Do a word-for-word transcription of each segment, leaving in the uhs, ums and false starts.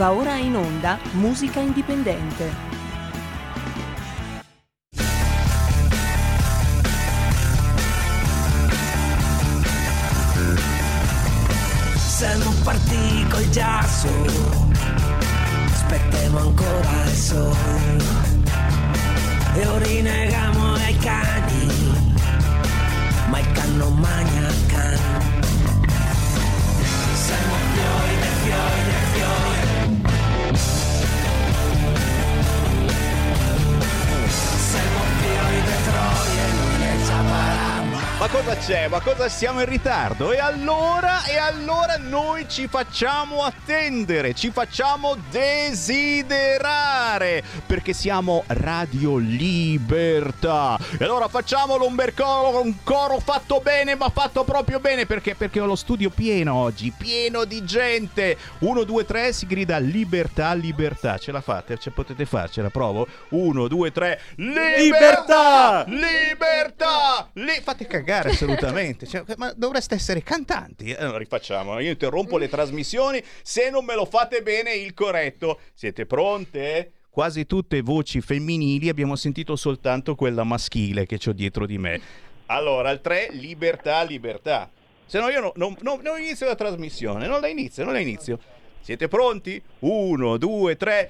Va ora in onda Musica Indipendente. Siamo partiti col giasso, aspettiamo ancora il sole e ora rinnegamo ai cani, ma il can non magna il can. Siamo fiori dei fiori dei fiori, siamo fiori dei troie, noi ne ciaparamo. Ma cosa c'è? Ma cosa siamo in ritardo? E allora, e allora noi ci facciamo attendere, ci facciamo desiderare, perché siamo Radio Libertà. E allora facciamolo un bel coro, un coro fatto bene, ma fatto proprio bene, perché? Perché ho lo studio pieno oggi, pieno di gente. Uno, due, tre, si grida libertà, libertà. Ce la fate? Ce potete farcela? Provo. Uno, due, tre, libertà! Libertà! Li- fate cagare. Assolutamente, cioè, ma dovreste essere cantanti. Allora rifacciamo, io interrompo le trasmissioni se non me lo fate bene il corretto. Siete pronte? Quasi tutte voci femminili, abbiamo sentito soltanto quella maschile che c'ho dietro di me. Allora, al tre, libertà, libertà. Se no io no, non, non, non inizio la trasmissione, non la inizio, non la inizio. Siete pronti? Uno, due, tre,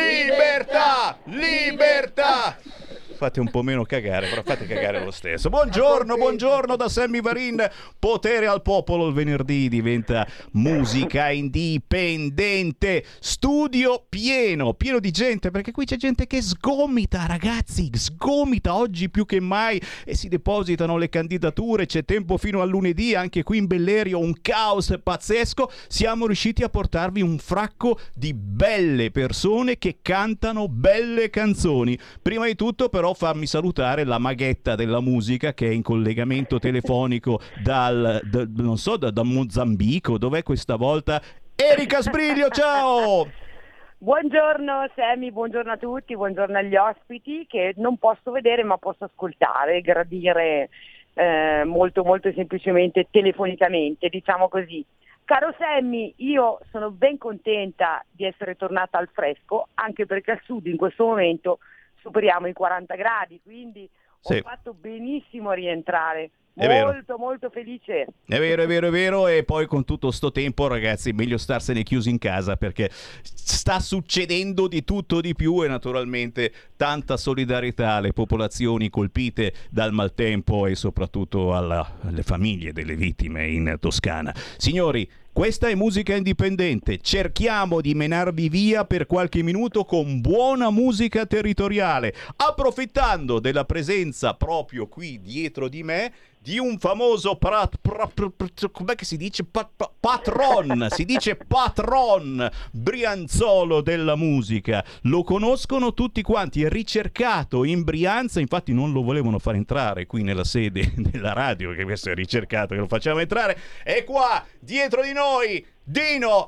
libertà, libertà! Fate un po' meno cagare, però fate cagare lo stesso. Buongiorno, buongiorno da Sammy Varin. Potere al popolo il venerdì diventa musica indipendente. Studio pieno, pieno di gente, perché qui c'è gente che sgomita, ragazzi, sgomita oggi più che mai e si depositano le candidature. C'è tempo fino a lunedì, anche qui in Bellerio un caos pazzesco. Siamo riusciti a portarvi un fracco di belle persone che cantano belle canzoni. Prima di tutto però farmi salutare la maghetta della musica che è in collegamento telefonico dal, da, non so, da, da Mozambico. Dov'è questa volta? Erika Sbriglio, ciao! Buongiorno Sammy, buongiorno a tutti, buongiorno agli ospiti che non posso vedere ma posso ascoltare e gradire eh, molto molto semplicemente telefonicamente, diciamo così. Caro Sammy, io sono ben contenta di essere tornata al fresco, anche perché al sud in questo momento superiamo i quaranta gradi, quindi sì, ho fatto benissimo a rientrare. È molto vero. molto felice. È vero, è vero, è vero. E poi con tutto sto tempo, ragazzi, meglio starsene chiusi in casa, perché sta succedendo di tutto di più e naturalmente tanta solidarietà alle popolazioni colpite dal maltempo e soprattutto alla, alle famiglie delle vittime in Toscana. Signori, questa è musica indipendente, cerchiamo di menarvi via per qualche minuto con buona musica territoriale, approfittando della presenza proprio qui dietro di me di un famoso prat, prat, prat, com'è che si dice? Pat, pat, patron, si dice patron, Brianzolo della musica. Lo conoscono tutti quanti, è ricercato in Brianza, infatti non lo volevano far entrare qui nella sede della radio, che questo è ricercato, che lo facciamo entrare. E qua, dietro di noi, Dino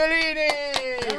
Angelini!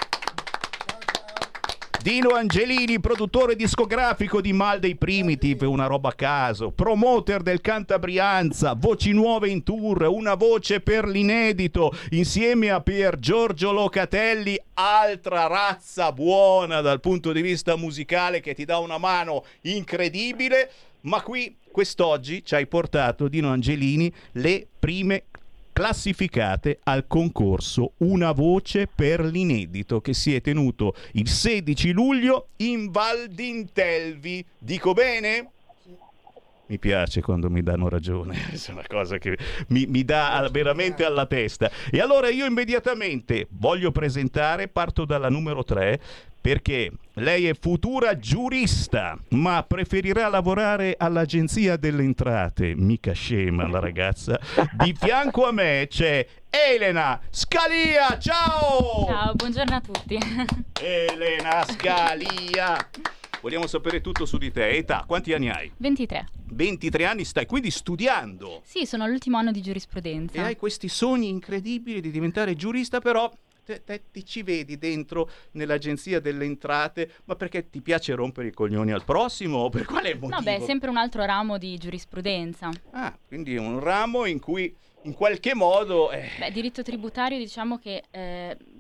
Dino Angelini, produttore discografico di Mal dei Primitive, una roba a caso, promoter del Cantabrianza, voci nuove in tour, una voce per l'inedito, insieme a Pier Giorgio Locatelli, altra razza buona dal punto di vista musicale che ti dà una mano incredibile, ma qui quest'oggi ci hai portato, Dino Angelini, le prime classificate al concorso Una voce per l'inedito che si è tenuto il sedici luglio in Val d'Intelvi. Dico bene? Mi piace quando mi danno ragione, è una cosa che mi, mi dà veramente alla testa. E allora io immediatamente voglio presentare, parto dalla numero tre, perché lei è futura giurista, ma preferirà lavorare all'Agenzia delle Entrate, mica scema la ragazza. Di fianco a me c'è Elena Scalia, ciao! Ciao, buongiorno a tutti. Elena Scalia! Vogliamo sapere tutto su di te. Età, quanti anni hai? ventitré. ventitré anni, stai quindi studiando. Sì, sono all'ultimo anno di giurisprudenza. E hai questi sogni incredibili di diventare giurista, però te, te ti ci vedi dentro nell'Agenzia delle Entrate, ma perché ti piace rompere i coglioni al prossimo o per quale motivo? No, beh, sempre un altro ramo di giurisprudenza. Ah, quindi è un ramo in cui in qualche modo... Eh... Beh, diritto tributario diciamo che... Eh, è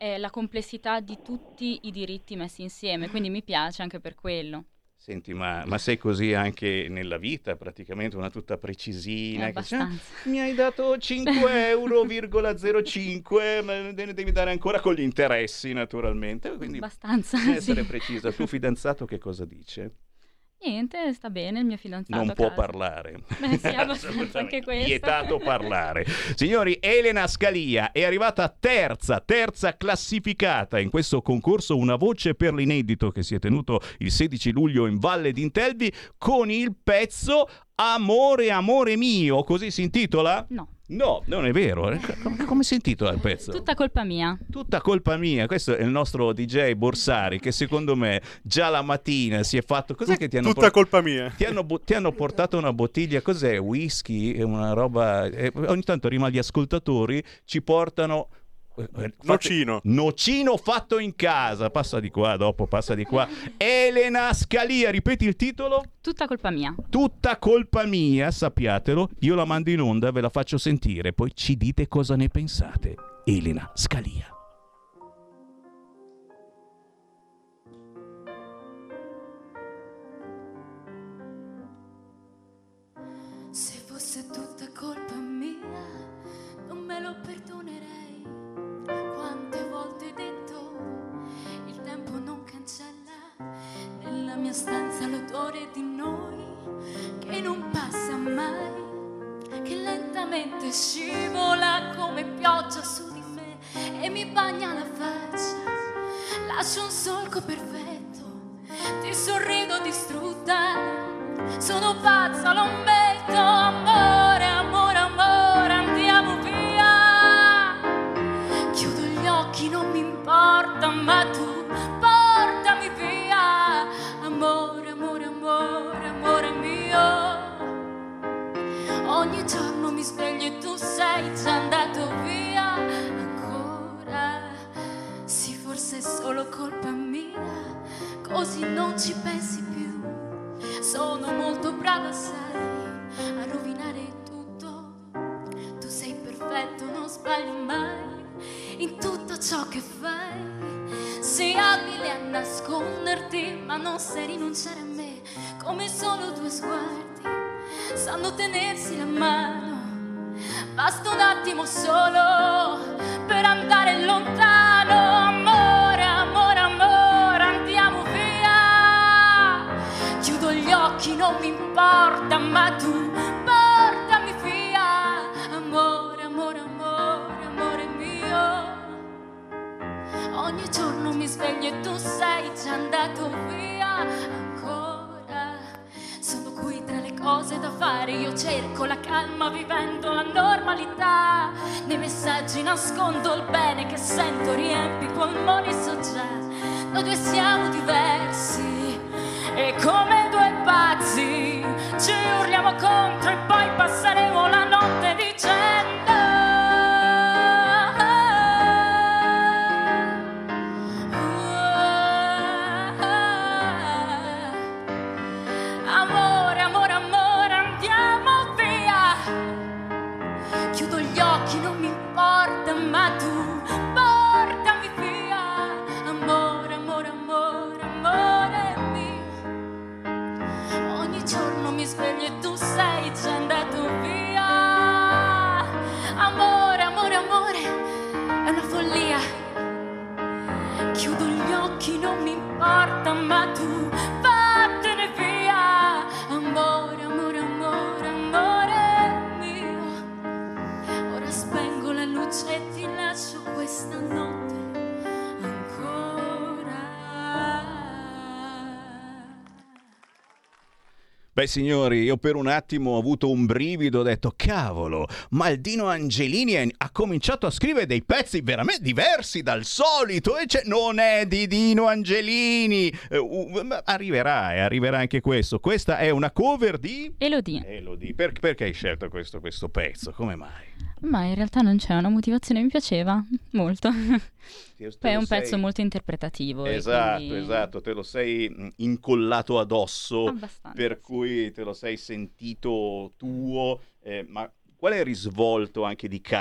è la complessità di tutti i diritti messi insieme, quindi mi piace anche per quello. Senti, ma, ma sei così anche nella vita, praticamente una tutta precisina? È che dice, abbastanza. "Ah, mi hai dato cinque euro virgola zero cinque, ma ne devi dare ancora con gli interessi, naturalmente. Quindi Abbastanza, devi essere sì. precisa. Il tuo fidanzato che cosa dice? Niente, sta bene il mio fidanzato Non a può casa. parlare. Beh, sì, abbastanza Assolutamente. anche questo. Vietato parlare. Signori, Elena Scalia è arrivata terza, terza classificata in questo concorso Una voce per l'inedito che si è tenuto il sedici luglio in Valle d'Intelvi con il pezzo Amore, amore mio, così si intitola? No, No, non è vero. Come, come si intitola il pezzo? tutta colpa mia. Tutta colpa mia. Questo è il nostro D J Borsari che secondo me già la mattina si è fatto... Cos'è che ti hanno Tutta por- colpa mia. Ti hanno, bu- ti hanno portato una bottiglia, cos'è? Whisky? È una roba... eh, ogni tanto arriva gli ascoltatori, ci portano... eh, fate- Nocino. Nocino fatto in casa. Passa di qua, dopo passa di qua. Elena Scalia, ripeti il titolo? Tutta colpa mia. Tutta colpa mia, sappiatelo. Io la mando in onda, ve la faccio sentire, poi ci dite cosa ne pensate. Elena Scalia. Se fosse tutta colpa mia, non me lo perdonerei. Quante volte ho detto, il tempo non cancella nella mia stanza l'odore di noi che non passa mai, che lentamente scivola come pioggia su di me e mi bagna la faccia. Lascio un solco perfetto, ti sorrido distrutta. Sono pazza, lo metto, amore, amore, amore, andiamo via. Chiudo gli occhi, non mi importa, ma tu portami via. Amore, amore, amore, amore mio. Ogni giorno mi sveglio e tu sei già andato via. Ancora, sì, forse è solo colpa mia, così non ci pensi più. Sono molto brava, sai, a rovinare tutto. Tu sei perfetto, non sbagli mai in tutto ciò che fai. Sei abile a nasconderti, ma non sai rinunciare a me. Come solo due sguardi sanno tenersi la mano. Basta un attimo solo per andare lontano. Amore, amore, amore, andiamo via. Chiudo gli occhi, non mi importa, ma tu portami via. Amore, amore, amore, amore mio. Ogni giorno mi sveglio e tu sei già andato via. Ancora sono qui tra le cose da fare. Io cerco la calma vivendo la normalità. Nei messaggi nascondo il bene che sento, riempi i polmoni, so già. Noi due siamo diversi e come due pazzi ci urliamo contro e poi passeremo la notte dicendo amore, amore, amore, andiamo via. Chiudo gli occhi, non mi importa, ma tu portami via. Amore, amore, amore, amore mio. Ogni giorno mi sveglio e tu sei già andato via. Amore, amore, amore, è una follia. Chiudo gli occhi, non mi importa, ma tu vattene via. Amore, amore, amore, amore mio. Ora spengo la luce e ti lascio questa notte ancora. Beh signori, io per un attimo ho avuto un brivido, ho detto cavolo, ma il Dino Angelini ha cominciato a scrivere dei pezzi veramente diversi dal solito e cioè, non è di Dino Angelini. Eh, uh, arriverà e arriverà anche questo. Questa è una cover di Elodie. Elodie. Per, perché hai scelto questo, questo pezzo? Come mai? Ma in realtà non c'è una motivazione, mi piaceva molto. Te Poi è lo un sei- pezzo molto interpretativo. e Esatto, quindi- esatto, te lo sei mh, incollato addosso, Abbastanza, per sì. cui te lo sei sentito tuo, eh, ma qual è il risvolto anche di carattere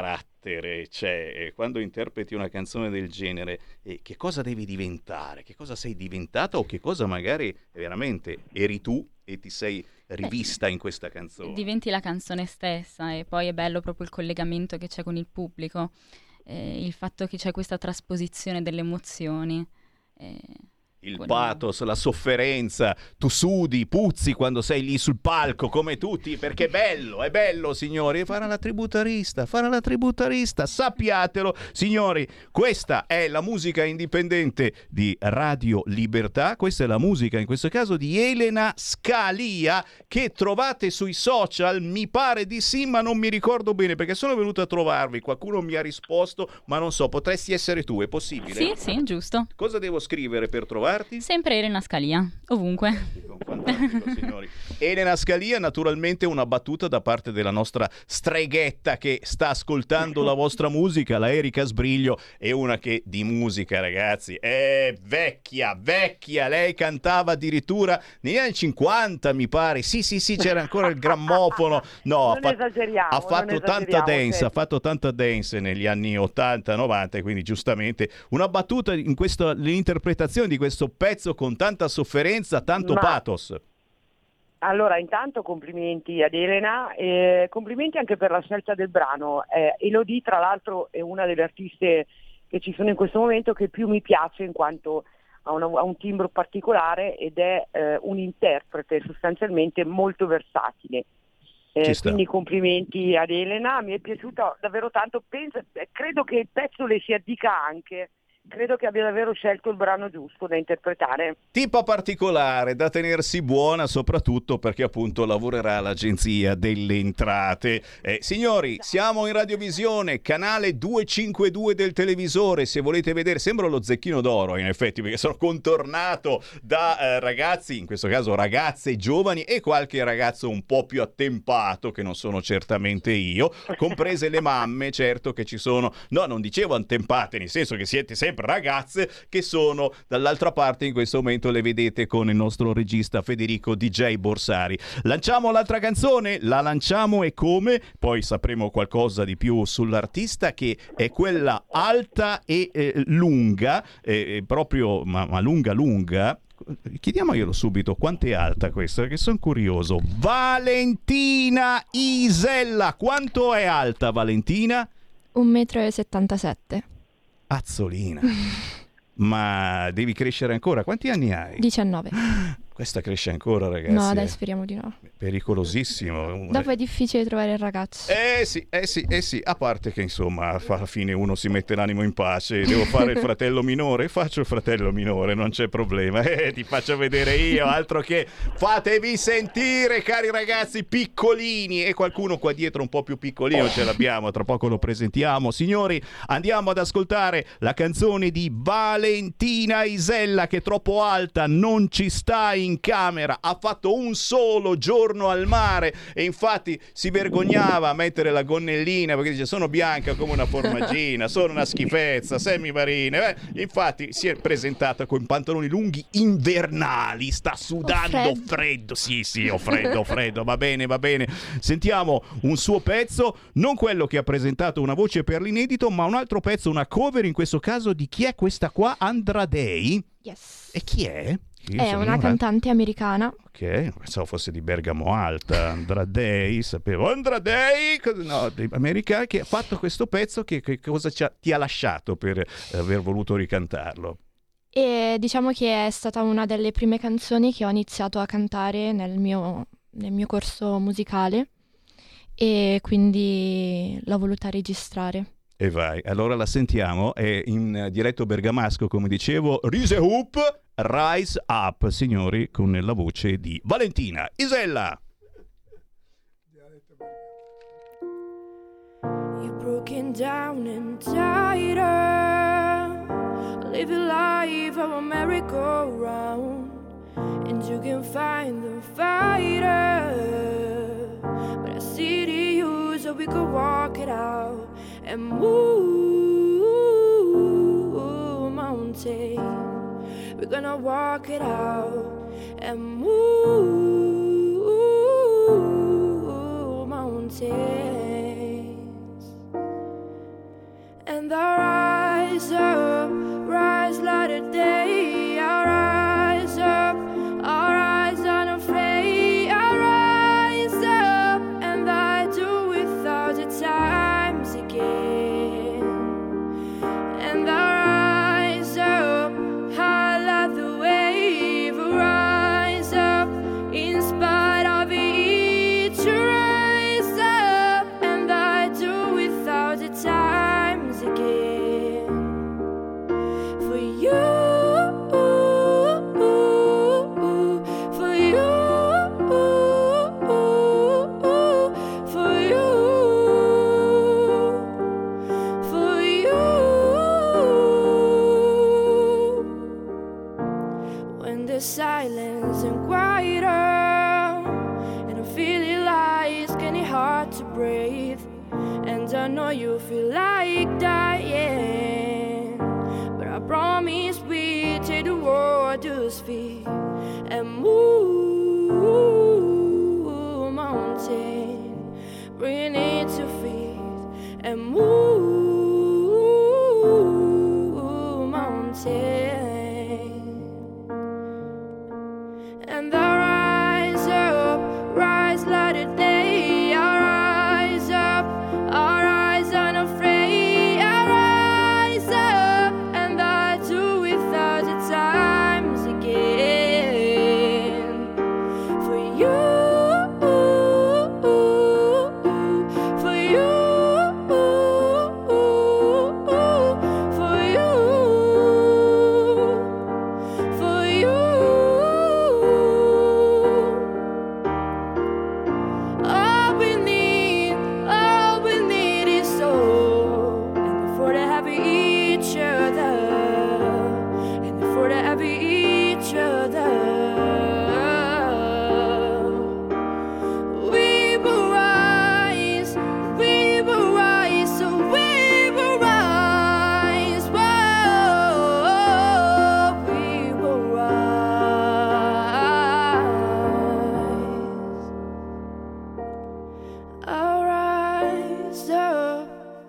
carattere c'è quando interpreti una canzone del genere? E che cosa devi diventare? Che cosa sei diventata o che cosa magari veramente eri tu e ti sei rivista in questa canzone? Diventi la canzone stessa e poi è bello proprio il collegamento che c'è con il pubblico, eh, il fatto che c'è questa trasposizione delle emozioni. Eh. Il Quello... pathos, la sofferenza, tu sudi, puzzi quando sei lì sul palco come tutti, perché è bello, è bello signori, fare la tributarista, fare la tributarista, sappiatelo signori, questa è la musica indipendente di Radio Libertà, questa è la musica in questo caso di Elena Scalia che trovate sui social, mi pare di sì ma non mi ricordo bene perché sono venuto a trovarvi, qualcuno mi ha risposto ma non so, potresti essere tu, è possibile? Sì, sì, giusto. Cosa devo scrivere per trovarti? Sempre Elena Scalia, ovunque. Fantastico, signori. Elena Scalia, naturalmente una battuta da parte della nostra streghetta che sta ascoltando la vostra musica, la Erika Sbriglio, è una che di musica, ragazzi, è vecchia, vecchia. Lei cantava addirittura negli anni cinquanta, mi pare. Sì, sì, sì, c'era ancora il grammofono. No, non ha, fa- esageriamo, ha fatto non tanta dance, certo. ha fatto tanta dance negli anni ottanta, novanta, quindi giustamente una battuta in questa l'interpretazione di questo pezzo con tanta sofferenza, tanto Ma... pathos. Allora, intanto complimenti ad Elena, e complimenti anche per la scelta del brano. Eh, Elodie, tra l'altro, è una delle artiste che ci sono in questo momento che più mi piace in quanto ha, una, ha un timbro particolare ed è eh, un interprete sostanzialmente molto versatile. Eh, quindi complimenti ad Elena, mi è piaciuto davvero tanto, penso, credo che il pezzo le si addica anche. Credo che abbia davvero scelto il brano giusto da interpretare. Tipa particolare, da tenersi buona, soprattutto perché appunto lavorerà all'Agenzia delle Entrate. Eh, signori, siamo in radiovisione, canale duecentocinquantadue del televisore, se volete vedere, sembra lo Zecchino d'Oro in effetti, perché sono contornato da eh, ragazzi, in questo caso ragazze giovani e qualche ragazzo un po' più attempato, che non sono certamente io, comprese le mamme, certo che ci sono, no, non dicevo attempate, nel senso che siete sempre ragazze che sono dall'altra parte in questo momento, le vedete con il nostro regista Federico D J Borsari. Lanciamo l'altra canzone, la lanciamo e come? Poi sapremo qualcosa di più sull'artista che è quella alta e eh, lunga, eh, proprio ma, ma lunga lunga. Chiediamoglielo subito quanto è alta questa, perché sono curioso. Valentina Isella, quanto è alta Valentina? un metro e settantasette. Azzolina. Ma devi crescere ancora. Quanti anni hai? diciannove. Questa cresce ancora, ragazzi. No, dai, speriamo di no. Pericolosissimo. Dopo è difficile trovare il ragazzo. Eh sì, eh sì, eh sì. A parte che insomma, alla fine uno si mette l'animo in pace. Devo fare il fratello minore? Faccio il fratello minore, non c'è problema. Eh, ti faccio vedere io, altro che fatevi sentire, cari ragazzi piccolini. E qualcuno qua dietro un po' più piccolino ce l'abbiamo, tra poco lo presentiamo. Signori, andiamo ad ascoltare la canzone di Valentina Isella, che è troppo alta, non ci sta in camera, ha fatto un solo giorno al mare e infatti si vergognava a mettere la gonnellina perché dice sono bianca come una formaggina, sono una schifezza, semimarine. Eh, infatti si è presentata con pantaloni lunghi invernali, sta sudando, Ho freddo. freddo, sì sì, ho freddo, ho freddo, va bene, va bene. Sentiamo un suo pezzo, non quello che ha presentato una voce per l'inedito, ma un altro pezzo, una cover in questo caso di chi è questa qua? Andra Day? Yes. E chi è? Io È una cantante americana. Ok, pensavo fosse di Bergamo Alta. Andra Day, sapevo. Andra Day, no, americana, che ha fatto questo pezzo. Che, che cosa ci ha, ti ha lasciato per aver voluto ricantarlo? E diciamo che è stata una delle prime canzoni che ho iniziato a cantare nel mio, nel mio corso musicale e quindi l'ho voluta registrare. E vai, allora la sentiamo, è in dialetto bergamasco, come dicevo, Rise Up, Rise Up, signori, con la voce di Valentina Isella. You're broken down and tired, live your life of a merry-go-round, and you can find the fighter, but I see the you so we could walk it out and move mountains. We're gonna walk it out and move mountains. and I rise up, rise light of day. I rise up, I rise unafraid. I rise up, and I do it thousand times again. And I rise up, high like the wave. I rise up, in spite of each. Rise up, and I do it thousand times again. For you. Silence and quieter, and I'm feeling like it's getting hard to breathe. And I know you feel like dying, but I promise we take the world to its feet and move mountain, bring it to feet and move mountain. And I rise up, rise light of day. I rise up, I rise unafraid. I rise up, and I do it thousand times again. For you, for you, for you, for you. All we need, all we need is soul. And before they have each other, and before they have each other, we will rise, we will rise, so we will rise, whoa, we will rise. I'll rise up,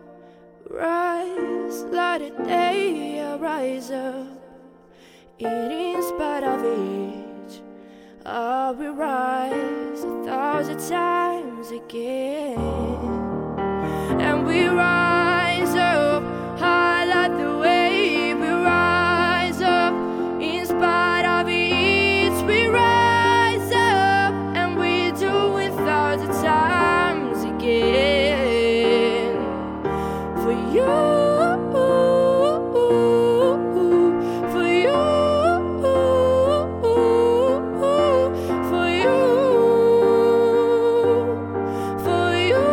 rise light of day. I'll rise up, in spite of it. I will rise a thousand times again. And we rise up, high like the wave. We rise up, in spite of each. We rise up, and we do it thousand times again. For you, for you, for you, for you.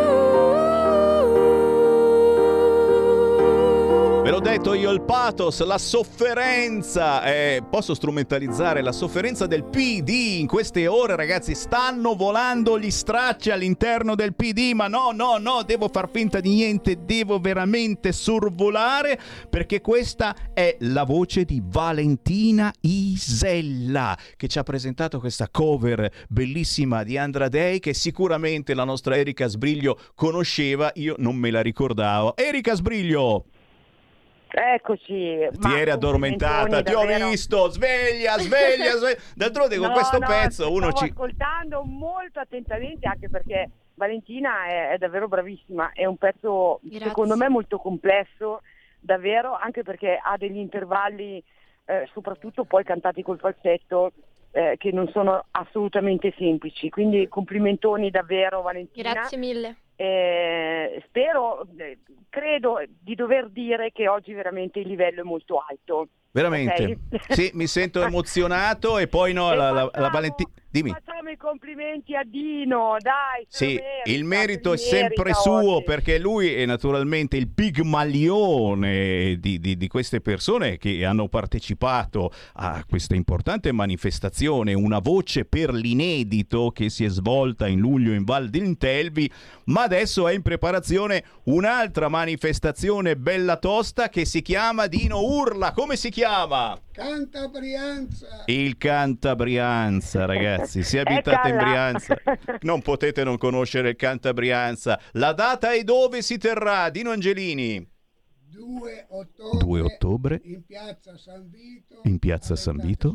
Ve l'ho detto io, il pathos, la sofferenza, eh, posso strumentalizzare la sofferenza del P D in queste ore, ragazzi. Stanno volando gli stracci all'interno del P D, ma no, no, no, devo far finta di niente, devo veramente sorvolare, perché questa è la voce di Valentina Isella, che ci ha presentato questa cover bellissima di Andra Day, che sicuramente la nostra Erika Sbriglio conosceva, io non me la ricordavo. Erika Sbriglio! Eccoci. Ti eri addormentata, ti ho visto, sveglia, sveglia, sveglia. D'altronde con no, questo no, pezzo uno stavo ci... ascoltando molto attentamente, anche perché Valentina è, è davvero bravissima, è un pezzo Grazie. secondo me molto complesso, davvero, anche perché ha degli intervalli, eh, soprattutto poi cantati col falsetto, eh, che non sono assolutamente semplici, quindi complimentoni davvero Valentina. Grazie mille. Eh, spero, eh, credo di dover dire che oggi veramente il livello è molto alto. Veramente? Okay? Sì, mi sento emozionato e poi no, E la, la, facciamo, la Valentina... Dimmi. Facciamo i complimenti a Dino, dai. se Sì, lo merita, il merito se è li sempre merita suo, oggi. perché lui è naturalmente il pigmalione di, di, di queste persone che hanno partecipato a questa importante manifestazione, una voce per l'inedito che si è svolta in luglio in Val d'Intelvi, ma adesso è in preparazione un'altra manifestazione bella tosta che si chiama Dino Urla. Come si chiama? Canta Brianza. Il Canta Brianza, ragazzi, se abitate in Brianza non potete non conoscere il Canta Brianza. La data e dove si terrà, Dino Angelini? due ottobre in piazza San Vito, in piazza San Vito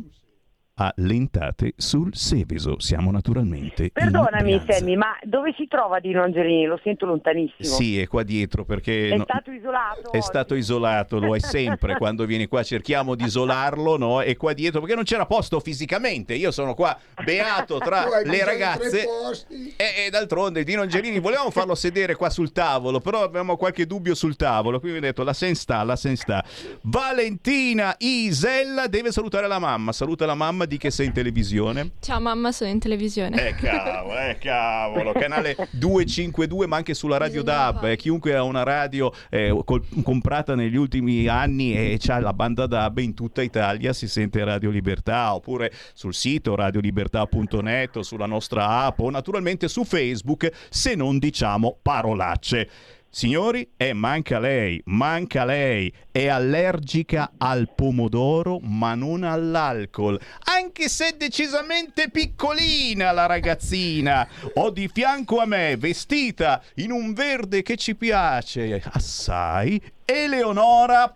a Lentate sul Seveso. Siamo naturalmente Perdonami in Brianza. Sammy, ma dove si trova Dino Angelini? Lo sento lontanissimo. Sì, è qua dietro perché È no- stato isolato? è oggi? stato isolato, lo è sempre quando viene qua, cerchiamo di isolarlo, no? È qua dietro perché non c'era posto fisicamente. Io sono qua beato tra Tu hai le bisogno di ragazze tre posti. e, e d'altronde Dino Angelini volevamo farlo sedere qua sul tavolo, però avevamo qualche dubbio sul tavolo, quindi ho detto la sen sta, la sen sta. Valentina Isella deve salutare la mamma. Saluta la mamma, di che sei in televisione. Ciao mamma, sono in televisione. Eh cavolo, eh cavolo, canale duecentocinquantadue, ma anche sulla radio Bisogna D A B. fare. Eh, chiunque ha una radio eh, col- comprata negli ultimi anni e c'ha la banda D A B in tutta Italia, si sente Radio Libertà, oppure sul sito radiolibertà punto net o sulla nostra app o naturalmente su Facebook, se non diciamo parolacce. Signori, eh, manca lei, manca lei, è allergica al pomodoro ma non all'alcol, anche se è decisamente piccolina la ragazzina. Ho di fianco a me, vestita in un verde che ci piace assai, Eleonora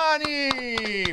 Plebani!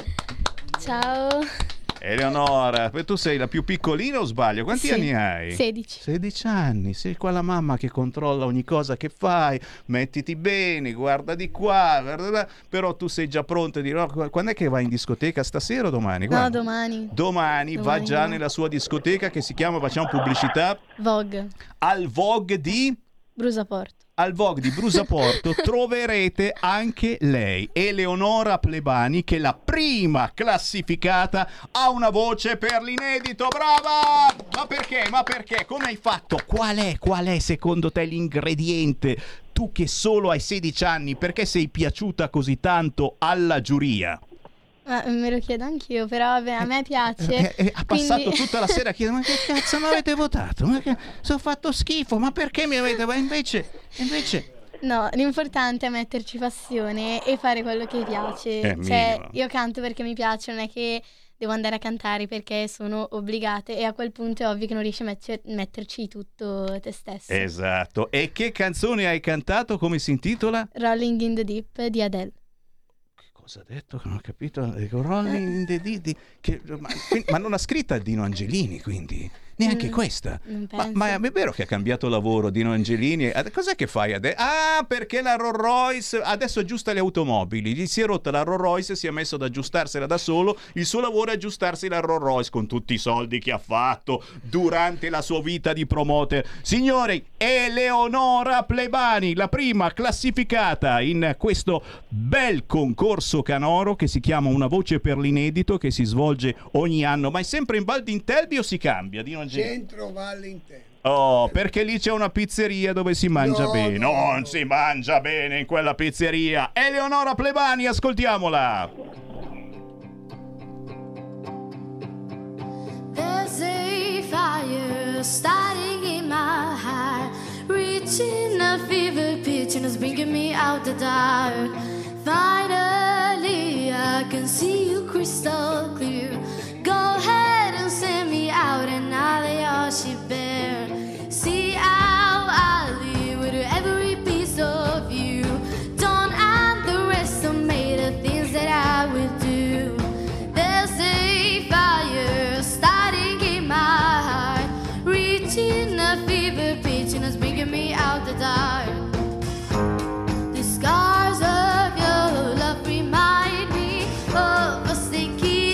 Ciao. Eleonora, tu sei la più piccolina o sbaglio? Quanti Sì, anni hai? sedici. sedici anni, sei qua la mamma che controlla ogni cosa che fai, mettiti bene, guarda di qua, guarda là. Però tu sei già pronta a dire "Oh, quando è che vai in discoteca, stasera o domani?" No, Guarda. domani. Domani va Domani, già no. nella sua discoteca che si chiama, facciamo pubblicità, Vogue. al Vogue di... Brusaporto. Al Vogue di Brusaporto troverete anche lei, Eleonora Plebani, che è la prima classificata, ha una voce per l'inedito. Brava! Ma perché? Ma perché? Come hai fatto? Qual è? Qual è secondo te l'ingrediente? Tu che solo hai sedici anni, perché sei piaciuta così tanto alla giuria? Ma me lo chiedo anch'io, però vabbè, a me piace. Eh, eh, ha passato quindi- tutta la sera a chiedere: ma che cazzo mi avete votato? Ma che... sono fatto schifo, ma perché mi avete... Ma invece... invece... No, l'importante è metterci passione e fare quello che piace. È Cioè, minimo. io canto perché mi piace, non è che devo andare a cantare perché sono obbligate, e a quel punto è ovvio che non riesci a mettere- metterci tutto te stesso. Esatto. E che canzone hai cantato? Come si intitola? Rolling in the Deep di Adele. Cosa ha detto? Non ho capito. Dico, Rolling in the Deep, che- ma, quindi- ma non ha scritta Dino Angelini, quindi neanche Mm, questa. non Ma, penso. ma è vero che ha cambiato lavoro Dino Angelini? Ade- Cos'è che fai adesso? Ah, perché la Rolls Royce adesso aggiusta le automobili. Gli si è rotta la Rolls Royce e si è messo ad aggiustarsela da solo. Il suo lavoro è aggiustarsi la Rolls Royce con tutti i soldi che ha fatto durante la sua vita di promoter. Signori, Eleonora Plebani, la prima classificata in questo bel concorso canoro che si chiama Una voce per l'inedito, che si svolge ogni anno. Ma è sempre in Val d'Intelvi o si cambia? Dino Angelini? Centro Valle Interno. Oh, perché lì c'è una pizzeria dove si mangia No, bene. no, Non no. si mangia bene in quella pizzeria. Eleonora Plebani, ascoltiamola. There's a fire starting in my heart, reaching a fever pitch and it's bringing me out the dark. Finally, I can see you crystal clear. Go ahead and send me out and I'll lay all she bare. See how I live with every piece of you. Don't underestimate the things that I will do. There's a fire starting in my heart, reaching a fever pitch and it's bringing me out the dark. The scars of your love remind me of us thinking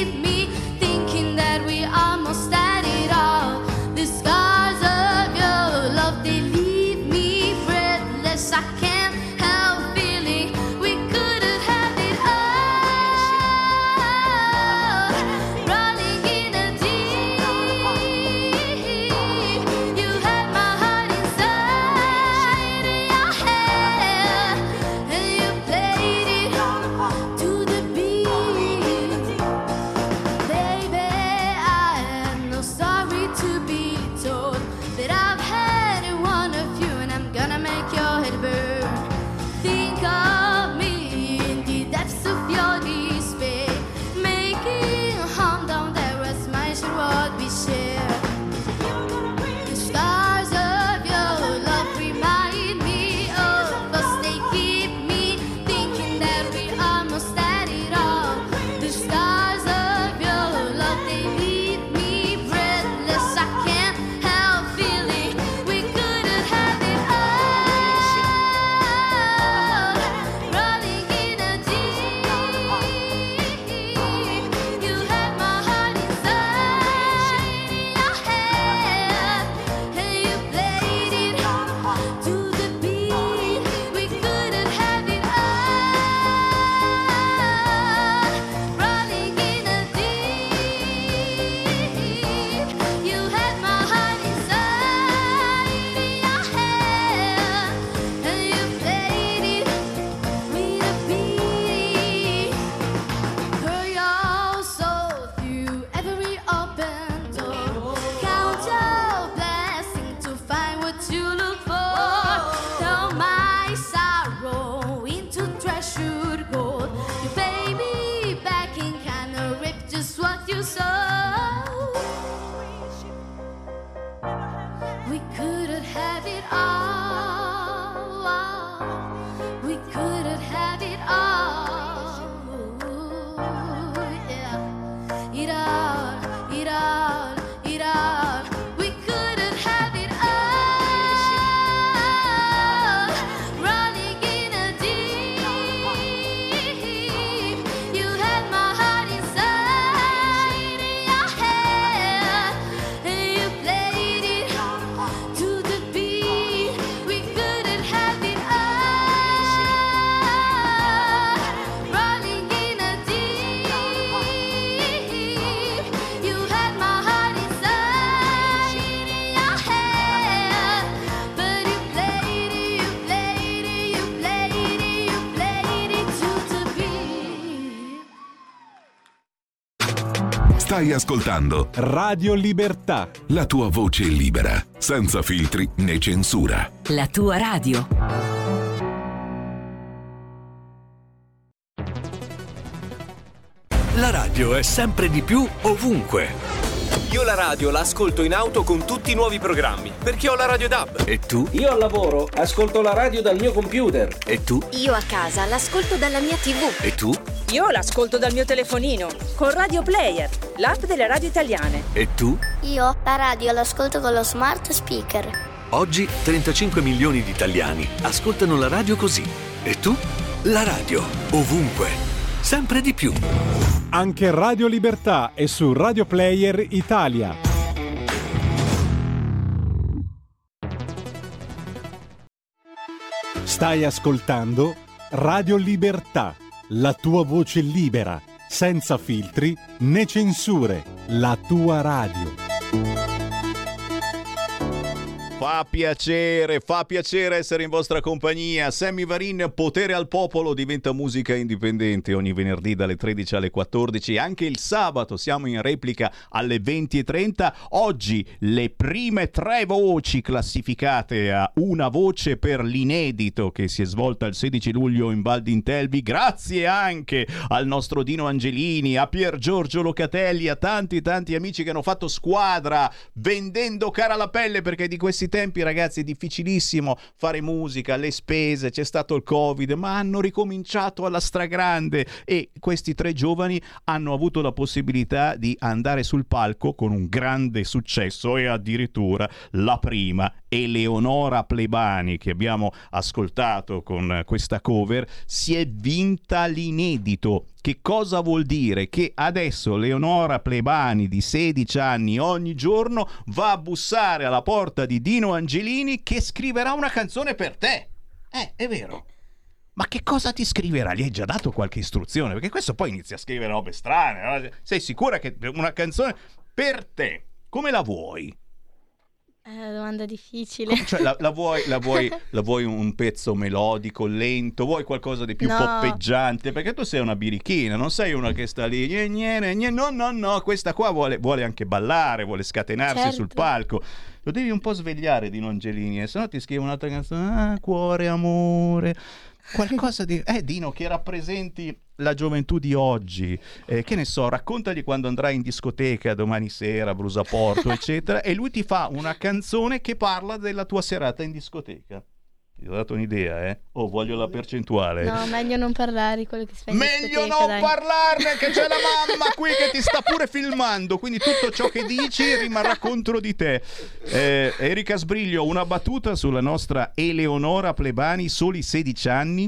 Stai ascoltando Radio Libertà. La tua voce libera, senza filtri né censura. La tua radio. La radio è sempre di più ovunque. Io la radio la ascolto in auto con tutti i nuovi programmi, perché ho la Radio D A B. E tu? Io al lavoro ascolto la radio dal mio computer. E tu? Io a casa l'ascolto dalla mia tivù. E tu? Io l'ascolto dal mio telefonino, con Radio Player, l'app delle radio italiane. E tu? Io la radio l'ascolto con lo smart speaker. Oggi trentacinque milioni di italiani ascoltano la radio così. E tu? La radio, ovunque, sempre di più. Anche Radio Libertà è su Radio Player Italia. Stai ascoltando Radio Libertà, la tua voce libera, senza filtri né censure, la tua radio. Fa piacere, fa piacere essere in vostra compagnia. Sammy Varin, Potere al Popolo diventa musica indipendente ogni venerdì dalle tredici alle quattordici. Anche il sabato siamo in replica alle venti e trenta. Oggi le prime tre voci classificate a una voce per l'inedito che si è svolta il sedici luglio in Val d'Intelvi. Grazie anche al nostro Dino Angelini, a Pier Giorgio Locatelli, a tanti tanti amici che hanno fatto squadra vendendo cara la pelle, perché di questi tempi, ragazzi, è difficilissimo fare musica, le spese, c'è stato il Covid, ma hanno ricominciato alla stragrande e questi tre giovani hanno avuto la possibilità di andare sul palco con un grande successo e addirittura la prima, Eleonora Plebani, che abbiamo ascoltato con questa cover, si è vinta l'inedito. Che cosa vuol dire? Che adesso Leonora Plebani di sedici anni ogni giorno va a bussare alla porta di Dino Angelini che scriverà una canzone per te. Eh, è vero. Ma che cosa ti scriverà? Gli hai già dato qualche istruzione? Perché questo poi inizia a scrivere robe strane, no? Sei sicura che una canzone per te, come la vuoi? È una domanda difficile. Cioè, la, la, vuoi, la, vuoi, la vuoi un pezzo melodico, lento? Vuoi qualcosa di più No. poppeggiante? Perché tu sei una birichina, non sei una che sta lì. Gne, gne, gne, no, no, no. Questa qua vuole, vuole anche ballare, vuole scatenarsi Certo. sul palco. Lo devi un po' svegliare, Dino Angelini, e se no ti scrive un'altra canzone. Ah, cuore, amore. Qualcosa di... Eh, Dino, che rappresenti la gioventù di oggi, eh, che ne so, raccontagli quando andrai in discoteca domani sera, Brusaporto, eccetera, e lui ti fa una canzone che parla della tua serata in discoteca. Ti ho dato un'idea, eh? Oh, voglio la percentuale. No, meglio non parlare di quello che si fa in Meglio discoteca, non dai. parlarne, che c'è la mamma qui che ti sta pure filmando, quindi tutto ciò che dici rimarrà contro di te. Eh, Erika Sbriglio, una battuta sulla nostra Eleonora Plebani, soli sedici anni.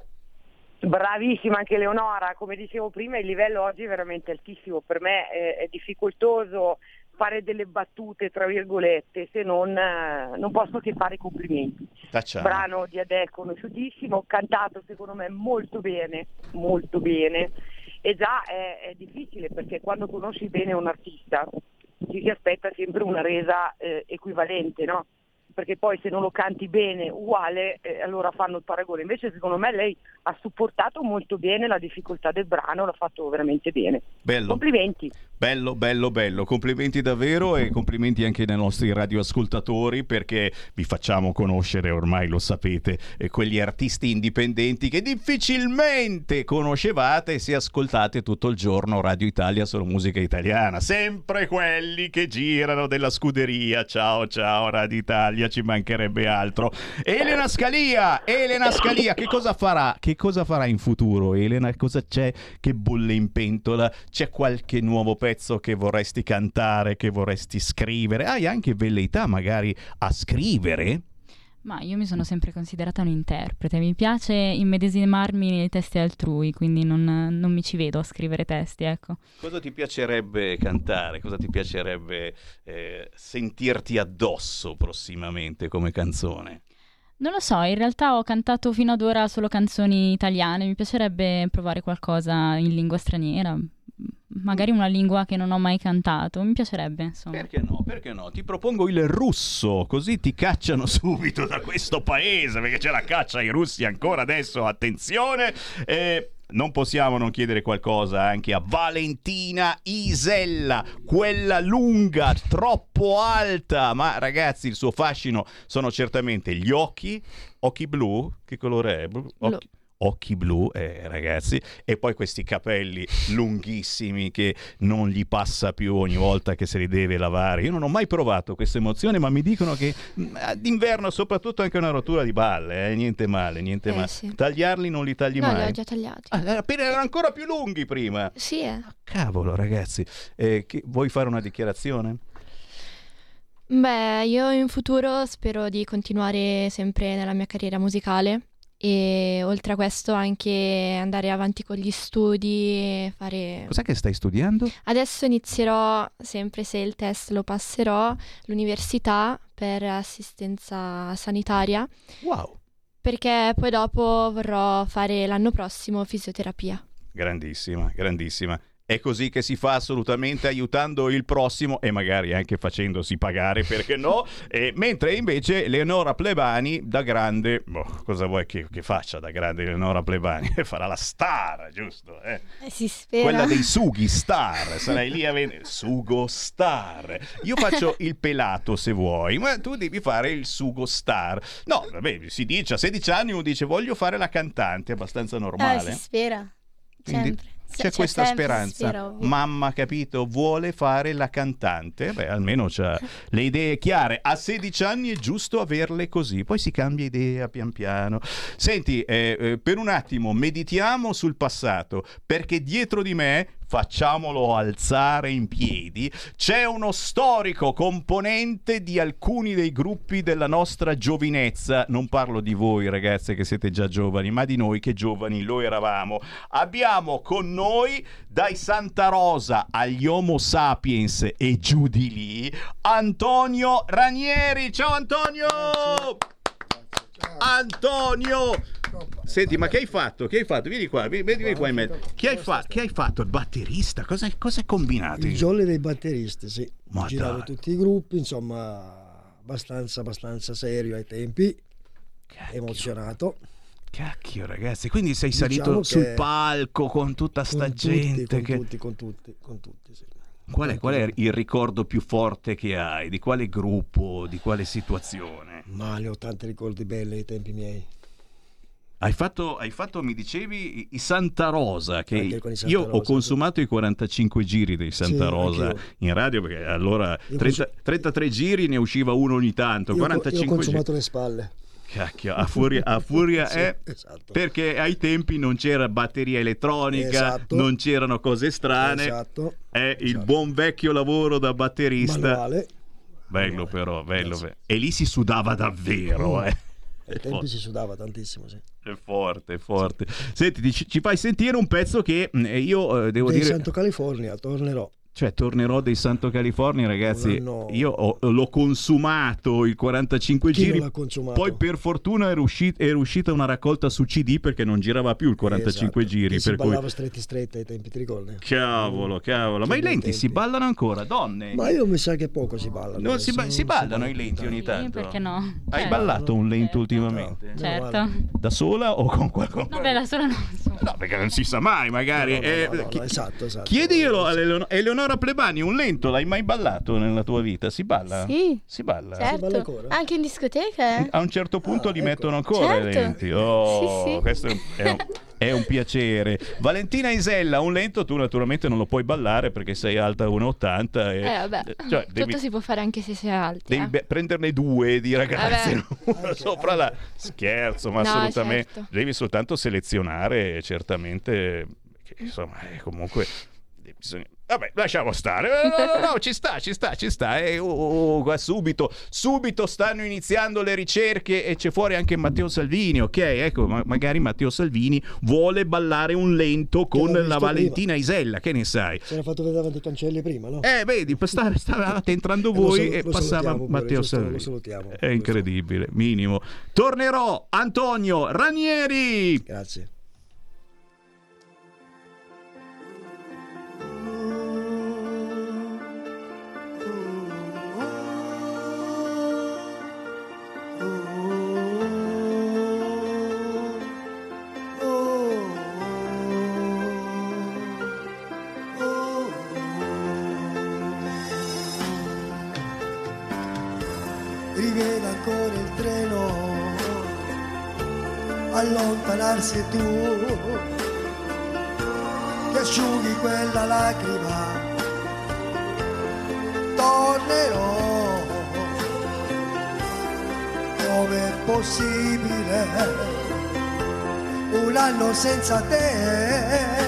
Bravissima anche Eleonora, come dicevo prima il livello oggi è veramente altissimo, per me è, è difficoltoso fare delle battute tra virgolette, se non, eh, non posso che fare complimenti. Tacciamo. Brano di Adele conosciutissimo, cantato secondo me molto bene, molto bene, e già è, è difficile perché quando conosci bene un artista ci si aspetta sempre una resa eh, equivalente, no? Perché poi se non lo canti bene uguale eh, allora fanno il paragone. Invece secondo me lei ha supportato molto bene la difficoltà del brano, l'ha fatto veramente bene. Bello. Complimenti. Bello, bello, bello. Complimenti davvero e complimenti anche ai nostri radioascoltatori, perché vi facciamo conoscere, ormai lo sapete, eh, quegli artisti indipendenti che difficilmente conoscevate se ascoltate tutto il giorno Radio Italia, solo musica italiana. Sempre quelli che girano della scuderia. Ciao, ciao Radio Italia, ci mancherebbe altro. Elena Scalia, Elena Scalia, che cosa farà? Che cosa farà in futuro, Elena? Cosa c'è che bolle in pentola? C'è qualche nuovo pezzo che vorresti cantare, che vorresti scrivere? Hai anche velleità magari a scrivere? Ma io mi sono sempre considerata un interprete, mi piace immedesimarmi nei testi altrui, quindi non, non mi ci vedo a scrivere testi, ecco. Cosa ti piacerebbe cantare? Cosa ti piacerebbe eh, sentirti addosso prossimamente come canzone? Non lo so, in realtà ho cantato fino ad ora solo canzoni italiane, mi piacerebbe provare qualcosa in lingua straniera, magari una lingua che non ho mai cantato, mi piacerebbe, insomma. Perché no? Perché no? Ti propongo il russo, così ti cacciano subito da questo paese, perché c'è la caccia ai russi ancora adesso, attenzione. Eh, non possiamo non chiedere qualcosa anche a Valentina Isella, quella lunga, troppo alta, ma ragazzi il suo fascino sono certamente gli occhi, occhi blu, che colore è? Blu? Occhi, occhi blu, eh, ragazzi, e poi questi capelli lunghissimi che non gli passa più ogni volta che se li deve lavare. Io non ho mai provato questa emozione, ma mi dicono che mh, d'inverno soprattutto anche una rottura di balle, eh, niente male, niente Eh, male. sì. Tagliarli non li tagli No, mai? li ho già tagliati. Ah, appena erano ancora più lunghi prima. Sì, eh. Cavolo, ragazzi, eh, che- vuoi fare una dichiarazione? Beh, io in futuro spero di continuare sempre nella mia carriera musicale e oltre a questo anche andare avanti con gli studi e fare... Cos'è che stai studiando? Adesso inizierò, sempre se il test lo passerò, l'università per assistenza sanitaria. Wow. Perché poi dopo vorrò fare l'anno prossimo fisioterapia. Grandissima, grandissima. È così che si fa assolutamente, aiutando il prossimo e magari anche facendosi pagare, perché no? E mentre invece Leonora Plebani, da grande, boh, cosa vuoi che, che faccia da grande Leonora Plebani? Farà la star, giusto? Eh? Eh, si spera. Quella dei sughi star, sarai lì a vendere sugo star. Io faccio il pelato se vuoi, ma tu devi fare il sugo star. No, vabbè, si dice a sedici anni uno dice voglio fare la cantante, è abbastanza Eh, normale. si spera. Quindi Sempre. c'è Cioè, questa sempre si speranza. spera, ovvio. Mamma, capito, vuole fare la cantante. Beh, almeno c'ha le idee chiare. A sedici anni è giusto averle così, poi si cambia idea pian piano. Senti, eh, eh, per un attimo meditiamo sul passato, perché dietro di me, facciamolo alzare in piedi, c'è uno storico componente di alcuni dei gruppi della nostra giovinezza. Non parlo di voi ragazze che siete già giovani, ma di noi che giovani lo eravamo. Abbiamo con noi dai Santa Rosa agli Homo Sapiens e giù di lì Antonio Ranieri. Ciao Antonio! Antonio! Senti, ma che hai fatto? Che hai fatto? Vieni qua, vieni, vieni qua in mezzo. Che hai, fa- che hai fatto? Il batterista? Cosa, cosa hai combinato? Il jolly dei batteristi, sì. Ma Giravo dai. tutti i gruppi, insomma, abbastanza, abbastanza serio ai tempi, emozionato. Cacchio ragazzi, quindi sei Diciamo salito che- sul palco con tutta sta Con tutti, gente con che... tutti, con tutti, con tutti, sì. Qual è, qual è il ricordo più forte che hai? Di quale gruppo? Di quale situazione? Ma ne ho tanti ricordi belli ai tempi miei. Hai fatto, hai fatto, mi dicevi, i- i Santa Rosa, che Anche con i Santa io ho Rosa, consumato i quarantacinque giri dei Santa Sì, Rosa anch'io. in radio, perché allora Io trenta, trentatré giri ne usciva uno ogni tanto, Io, ho- io ho quarantacinque giri. consumato le spalle. Cacchio, a furia, a furia Sì, è esatto. perché ai tempi non c'era batteria elettronica, Esatto. non c'erano cose strane. Esatto. È il buon vecchio lavoro da batterista. Manuale. Bello però, bello. bello. E lì si sudava davvero, Mm. eh. Ai È tempi forte, si sudava tantissimo, sì. è forte, è forte. Senti, ti- ci fai sentire un pezzo che mh, io eh, devo Dei dire... Santo California, tornerò. Cioè, tornerò dei Santo California, ragazzi. Un anno- Io ho- l'ho consumato il quarantacinque Chi giri. non l'ha consumato? Poi, per fortuna, era, usci- era uscita una raccolta su C D perché non girava più il quarantacinque Esatto. giri. Che si Per cui, ballava stretti stretti ai tempi, ti ricordi? cavolo, cavolo. Che Ma i bei lenti tempi. si ballano ancora, donne? Ma io mi sa che poco si ballano. Non si, ba- adesso, si non ballano i lenti ogni Sì, tanto. perché no? Hai Cioè, ballato un lento ultimamente? Certo. Da sola o con qualcuno? No, beh, da sola no. No, perché non si sa mai, magari. No, no, Eh, no, no, no, chi- esatto, esatto. Chiediglielo a Eleon- Eleonora Plebani, un lento l'hai mai ballato nella tua vita? Si balla? Sì. Si balla? Certo. Anche in discoteca, eh? A un certo punto li mettono ancora i Certo. lenti. Oh, Sì, sì. questo è un, è un- è un piacere. Valentina Isella, un lento tu naturalmente non lo puoi ballare perché sei alta uno e ottanta. E, Eh vabbè, cioè, tutto devi, si può fare anche se si è alti. devi eh. be- prenderne due di ragazze, Vabbè. uno sopra la... Scherzo, ma No, assolutamente. certo. Devi soltanto selezionare, certamente, che, insomma, è comunque... bisogna- Vabbè, lasciamo stare. No, no, no, no, ci sta, ci sta, ci sta. E, oh, oh, qua subito, subito stanno iniziando le ricerche e c'è fuori anche Matteo Salvini, ok? Ecco, ma- magari Matteo Salvini vuole ballare un lento con l'ho visto la Valentina Isella, che ne sai? Si era fatto vedere davanti ai cancelli prima, no? Eh, vedi, sta- stavate entrando Eh, lo voi sal- e lo passava salutiamo pure, Matteo giusto? Lo Salvini. salutiamo. È incredibile, minimo. Tornerò, Antonio Ranieri. Grazie. riveda ancora il treno allontanarsi e tu che asciughi quella lacrima. Tornerò, com'è possibile un anno senza te?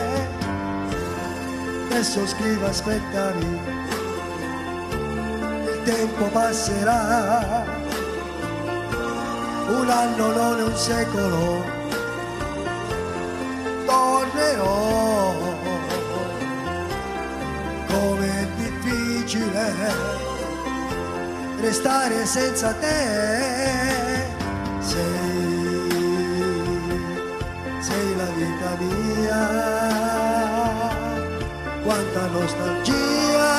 Adesso scrivo aspettami, il tempo passerà, un anno non è un secolo, tornerò, com'è difficile restare senza te, sei, sei la vita mia, quanta nostalgia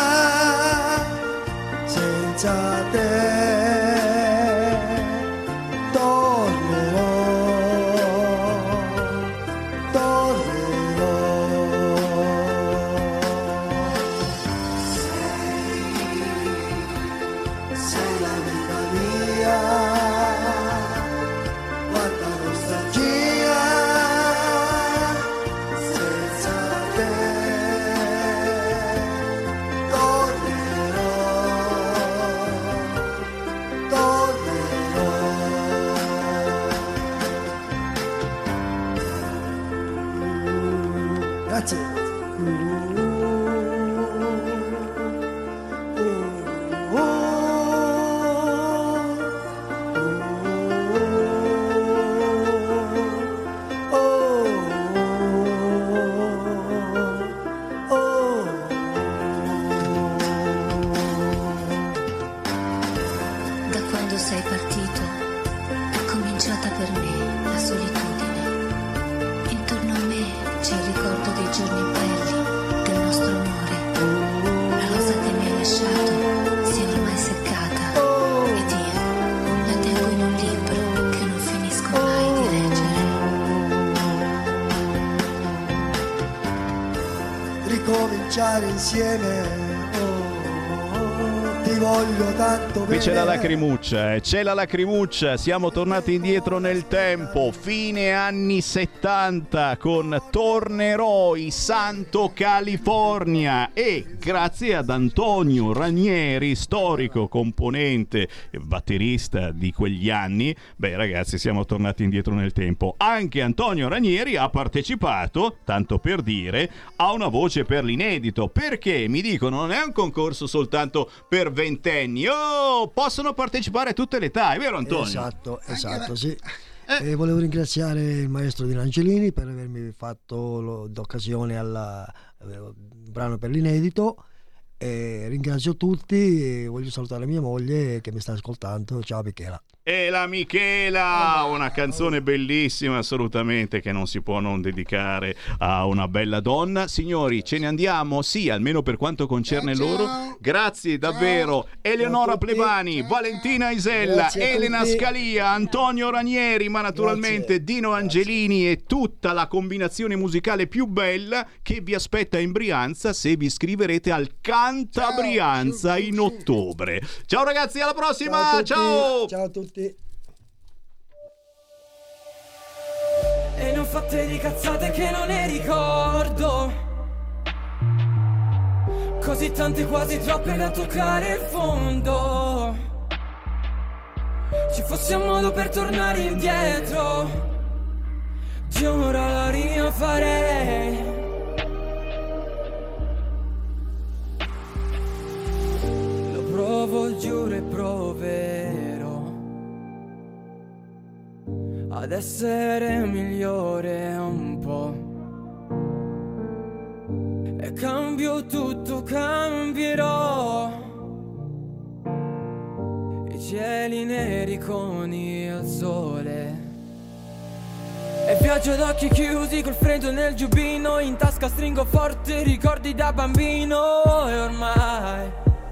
senza te. Insieme, oh, ti voglio tanto bene. Qui c'è la lacrimuccia, eh. c'è la lacrimuccia, siamo tornati indietro nel tempo, fine anni settanta con Tornerò, i Santo California, e grazie ad Antonio Ranieri, storico componente e batterista di quegli anni, beh ragazzi siamo tornati indietro nel tempo. Anche Antonio Ranieri ha partecipato, tanto per dire, a Una voce per l'inedito, perché mi dicono non è un concorso soltanto per ventenni, oh, possono partecipare a tutte le età, è vero Antonio? Esatto, esatto, sì. Eh. E volevo ringraziare il maestro Di Angelini per avermi fatto lo, d'occasione al eh, brano per l'inedito, e ringrazio tutti e voglio salutare mia moglie che mi sta ascoltando. Ciao Michela. E la Michela, una canzone bellissima assolutamente che non si può non dedicare a una bella donna. Signori, ce ne andiamo? Sì, almeno per quanto concerne ciao, loro. Grazie davvero. Ciao. Eleonora ciao Plebani, ciao. Valentina Isella, Elena Scalia, Antonio Ranieri, ma naturalmente grazie. Dino Angelini e tutta la combinazione musicale più bella che vi aspetta in Brianza se vi iscriverete al Canta ciao. Brianza in ottobre. Ciao ragazzi, alla prossima. Ciao. Ciao a tutti. E non fate di cazzate che non ne ricordo, così tante quasi troppe da toccare il fondo. Ci fosse un modo per tornare indietro, giuro la rifarei. Lo provo, giuro e proverò ad essere migliore un po', e cambio tutto, cambierò i cieli neri con il sole, e viaggio ad occhi chiusi col freddo nel giubbino, in tasca stringo forte ricordi da bambino, e ormai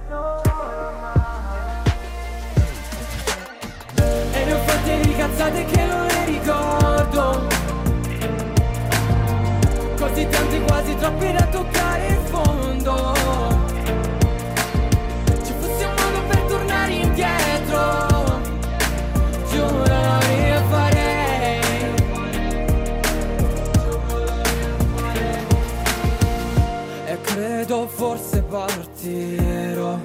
e ne ho fatte di cazzate che non ne ricordo, così tanti quasi troppi da toccare in fondo. Ci fosse un modo per tornare indietro, partirò,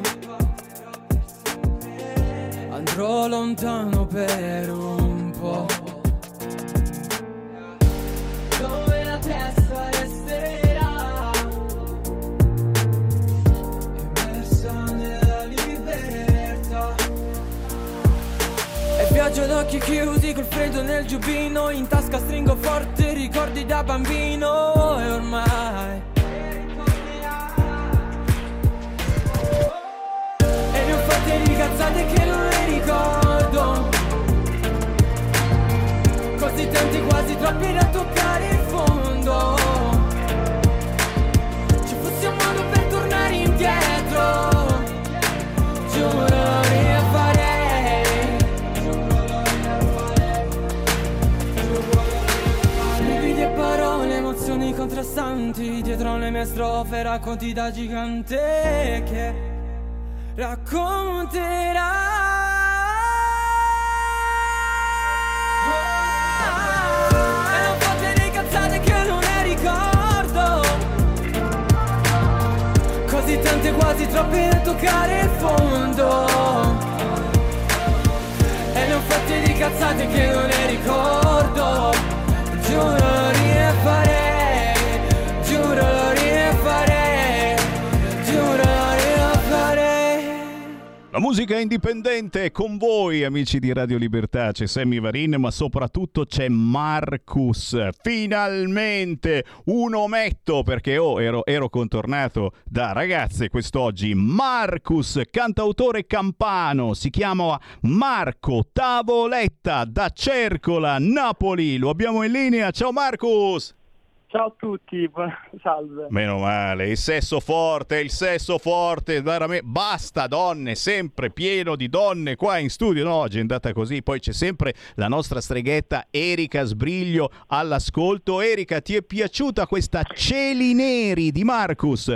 andrò lontano per un po', dove la testa resterà immersa nella libertà. E viaggio ad occhi chiusi col freddo nel giubbino, in tasca stringo forte ricordi da bambino e ormai e ne ho fatte di cazzate che non le ricordo, così tanti quasi troppi da toccare il fondo. Ci fosse un modo per tornare indietro, giuro lo rifarei. Brividi e parole, emozioni contrastanti, dietro le mie strofe racconti da gigante che racconterà. E non fate dei cazzate che non ne ricordo, così tante quasi troppe da toccare il fondo. E non fate di cazzate che non ne ricordo, giuro lo rifarei, giuro lo rifarei, giuro lo rifarei. La musica indipendente con voi, amici di Radio Libertà. C'è Sammy Varin, ma soprattutto c'è Marcus. Finalmente un ometto, perché oh, ero, ero contornato da ragazze quest'oggi. Marcus, cantautore campano, si chiama Marco Tavoletta da Cercola, Napoli. Lo abbiamo in linea. Ciao Marcus! Ciao a tutti, salve. Meno male, il sesso forte, il sesso forte, veramente. Basta donne, sempre pieno di donne qua in studio. No, oggi è andata così. Poi c'è sempre la nostra streghetta Erika Sbriglio all'ascolto. Erika, ti è piaciuta questa Cieli Neri di Marcus?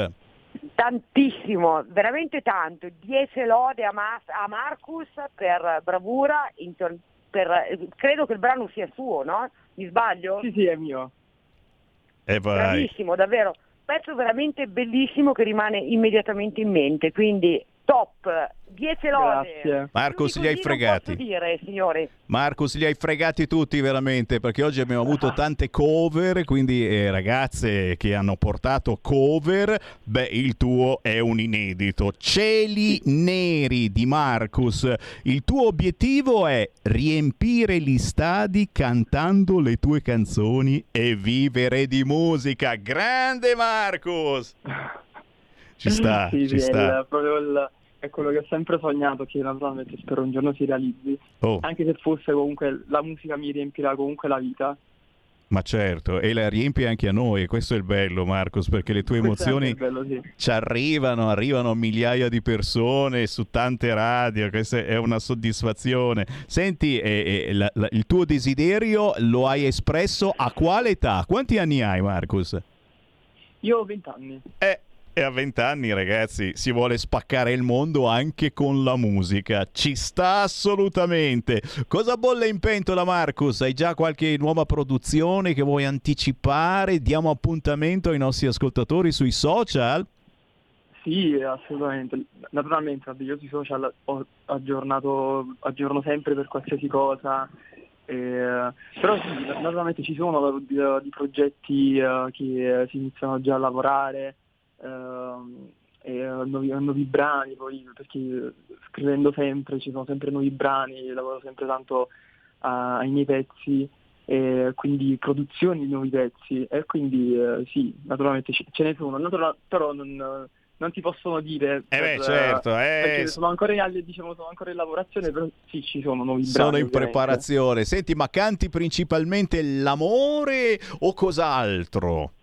Tantissimo, veramente tanto. dieci lode a, Mas- a Marcus per bravura, inter- per, credo che il brano sia suo, no? Mi sbaglio? Sì, sì, è mio. E vai. Bravissimo, davvero. Pezzo veramente bellissimo che rimane immediatamente in mente, quindi top, dieci lode. Grazie. Marcus, li hai fregati. Non posso dire, signori. Marcus, li hai fregati tutti veramente, perché oggi abbiamo avuto tante cover, quindi eh, ragazze che hanno portato cover. Beh, il tuo è un inedito. Cieli Neri di Marcus. Il tuo obiettivo è riempire gli stadi cantando le tue canzoni e vivere di musica. Grande Marcus! Ci sta, sì, ci sì, sta. È, il, proprio il, è quello che ho sempre sognato, che naturalmente spero un giorno si realizzi. Oh. Anche se fosse comunque, la musica mi riempirà comunque la vita. Ma certo, e la riempi anche a noi, e questo è il bello, Marcus, perché le tue Questo emozioni bello, sì. ci arrivano, arrivano a migliaia di persone su tante radio, questa è una soddisfazione. Senti, eh, eh, la, la, il tuo desiderio lo hai espresso a quale età? Quanti anni hai, Marcus? Io ho vent'anni. Eh, e a vent'anni, ragazzi, si vuole spaccare il mondo anche con la musica. Ci sta assolutamente. Cosa bolle in pentola, Marcus? Hai già qualche nuova produzione che vuoi anticipare? Diamo appuntamento ai nostri ascoltatori sui social? Sì, assolutamente. Naturalmente, io sui social ho aggiornato, aggiorno sempre per qualsiasi cosa. Eh, però sì, naturalmente ci sono di, di progetti uh, che si iniziano già a lavorare. Uh, e uh, nuovi, nuovi brani, poi perché scrivendo sempre ci sono sempre nuovi brani, lavoro sempre tanto uh, ai miei pezzi, e quindi produzioni di nuovi pezzi, e quindi uh, sì, naturalmente ce, ce ne sono, Natura- però non, uh, non ti possono dire eh beh, per, certo, uh, eh, perché sono ancora in, diciamo, sono ancora in lavorazione, però sì, ci sono nuovi sono brani. in ovviamente. preparazione. Senti, ma canti principalmente l'amore o cos'altro?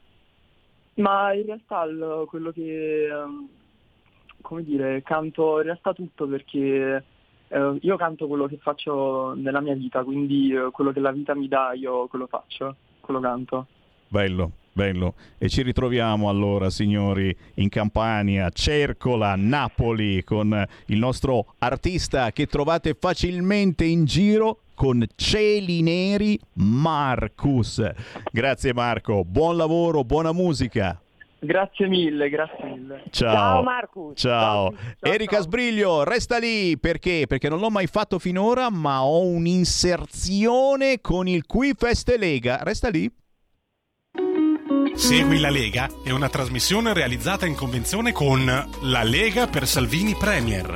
Ma in realtà il, quello che, um, come dire, canto in realtà tutto, perché uh, io canto quello che faccio nella mia vita, quindi uh, quello che la vita mi dà io quello faccio, quello canto. Bello, bello. E ci ritroviamo allora, signori, in Campania, Cercola, Napoli, con il nostro artista che trovate facilmente in giro, con Cieli Neri, Marcus. Grazie Marco, buon lavoro, buona musica. Grazie mille, grazie mille. Ciao. Ciao Marcus. Ciao. Ciao, Erika ciao. Sbriglio, resta lì perché? Perché non l'ho mai fatto finora, ma ho un'inserzione con il Qui Feste Lega. Resta lì. Segui la Lega è una trasmissione realizzata in convenzione con La Lega per Salvini Premier.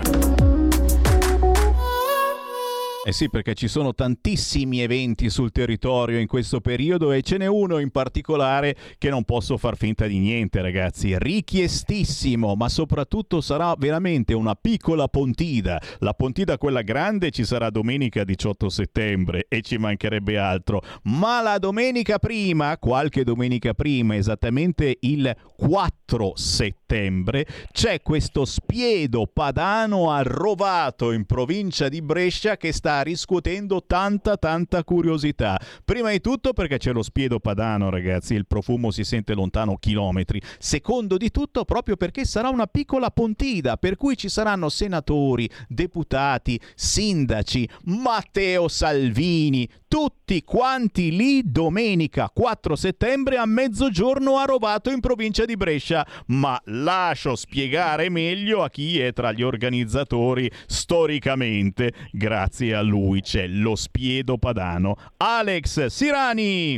Eh sì, perché ci sono tantissimi eventi sul territorio in questo periodo e ce n'è uno in particolare che non posso far finta di niente, ragazzi. Richiestissimo, ma soprattutto sarà veramente una piccola Pontida. La Pontida, quella grande, ci sarà domenica diciotto settembre e ci mancherebbe altro. Ma la domenica prima, qualche domenica prima, esattamente il quattro settembre, c'è questo spiedo padano a Rovato in provincia di Brescia che sta riscuotendo tanta tanta curiosità. Prima di tutto perché c'è lo spiedo padano, ragazzi, il profumo si sente lontano chilometri. Secondo di tutto proprio perché sarà una piccola Pontida, per cui ci saranno senatori, deputati, sindaci, Matteo Salvini, tutti quanti lì domenica quattro settembre a mezzogiorno a Rovato in provincia di Brescia. Ma lascio spiegare meglio a chi è tra gli organizzatori storicamente. Grazie a lui c'è lo spiedo padano. Alex Sirani.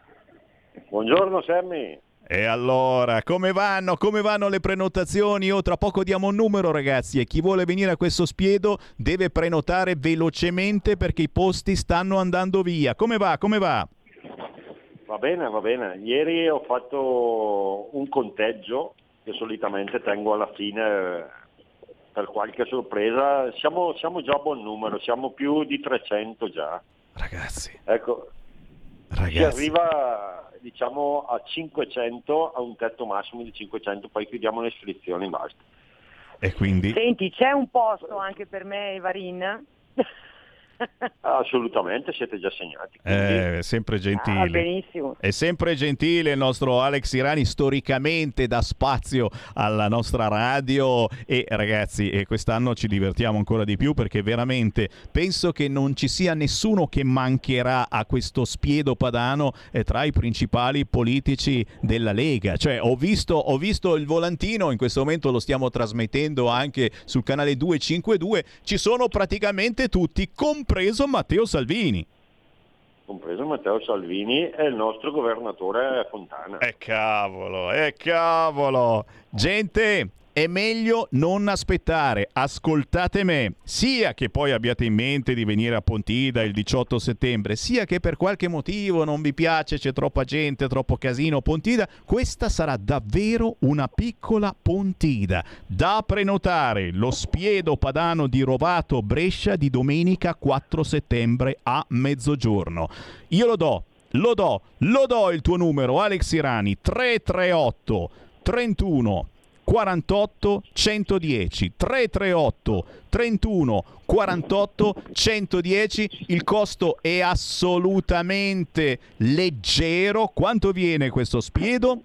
Buongiorno Sammy. E allora, come vanno? Come vanno le prenotazioni? Io tra poco diamo un numero, ragazzi, e chi vuole venire a questo spiedo deve prenotare velocemente perché i posti stanno andando via. Come va? Come va? Va bene, va bene. Ieri ho fatto un conteggio che solitamente tengo alla fine per qualche sorpresa. Siamo, siamo già a buon numero, siamo più di trecento già. Ragazzi. Ecco, Ragazzi. si arriva diciamo a cinquecento, a un tetto massimo di cinquecento, poi chiudiamo le iscrizioni, basta. E quindi? Senti, c'è un posto anche per me, Varin? Assolutamente, siete già segnati. Eh, sempre gentile. Ah, benissimo. È sempre gentile il nostro Alex Sirani, storicamente dà spazio alla nostra radio e ragazzi, e quest'anno ci divertiamo ancora di più perché veramente penso che non ci sia nessuno che mancherà a questo spiedo padano eh, tra i principali politici della Lega. Cioè ho visto, ho visto il volantino, in questo momento lo stiamo trasmettendo anche sul canale duecentocinquantadue, ci sono praticamente tutti, compreso Matteo Salvini. Compreso Matteo Salvini e il nostro governatore Fontana. E cavolo, e cavolo. Gente, è meglio non aspettare, ascoltate me, sia che poi abbiate in mente di venire a Pontida il diciotto settembre, sia che per qualche motivo non vi piace, c'è troppa gente, troppo casino Pontida, questa sarà davvero una piccola Pontida. Da prenotare lo spiedo padano di Rovato Brescia di domenica quattro settembre a mezzogiorno. Io lo do, lo do, lo do il tuo numero, Alex Sirani, tre tre otto trentuno quarantotto centodieci, tre tre otto trentuno quarantotto centodieci. Il costo è assolutamente leggero. Quanto viene questo spiedo?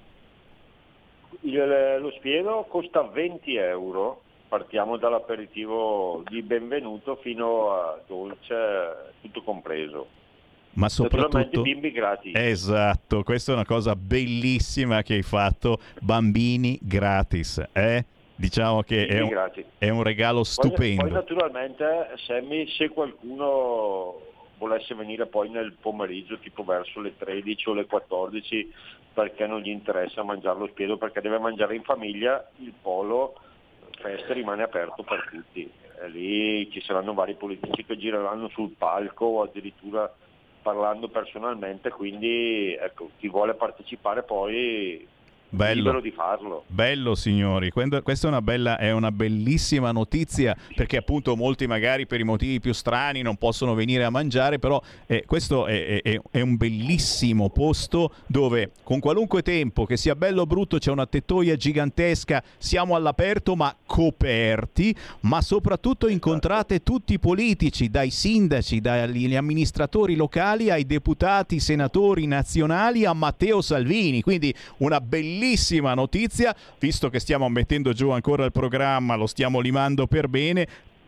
Il, lo spiedo costa venti euro, partiamo dall'aperitivo di benvenuto fino a dolce, tutto compreso. Ma soprattutto bimbi gratis. Esatto, questa è una cosa bellissima che hai fatto, bambini gratis, eh? Diciamo che è un, è un regalo stupendo. Poi, poi naturalmente Sammy, se qualcuno volesse venire poi nel pomeriggio tipo verso le tredici o le quattordici perché non gli interessa mangiare lo spiedo, perché deve mangiare in famiglia, il Polo Feste rimane aperto per tutti. E lì ci saranno vari politici che gireranno sul palco o addirittura parlando personalmente, quindi ecco, chi vuole partecipare poi Bello. libero di farlo. Bello signori, questa è una bella, è una bellissima notizia, perché appunto molti magari per i motivi più strani non possono venire a mangiare, però eh, questo è, è, è un bellissimo posto dove con qualunque tempo, che sia bello o brutto, c'è una tettoia gigantesca, siamo all'aperto ma coperti, ma soprattutto incontrate tutti i politici, dai sindaci, dagli amministratori locali ai deputati, senatori nazionali, a Matteo Salvini, quindi una bellissima Bellissima notizia, visto che stiamo mettendo giù ancora il programma, lo stiamo limando per bene.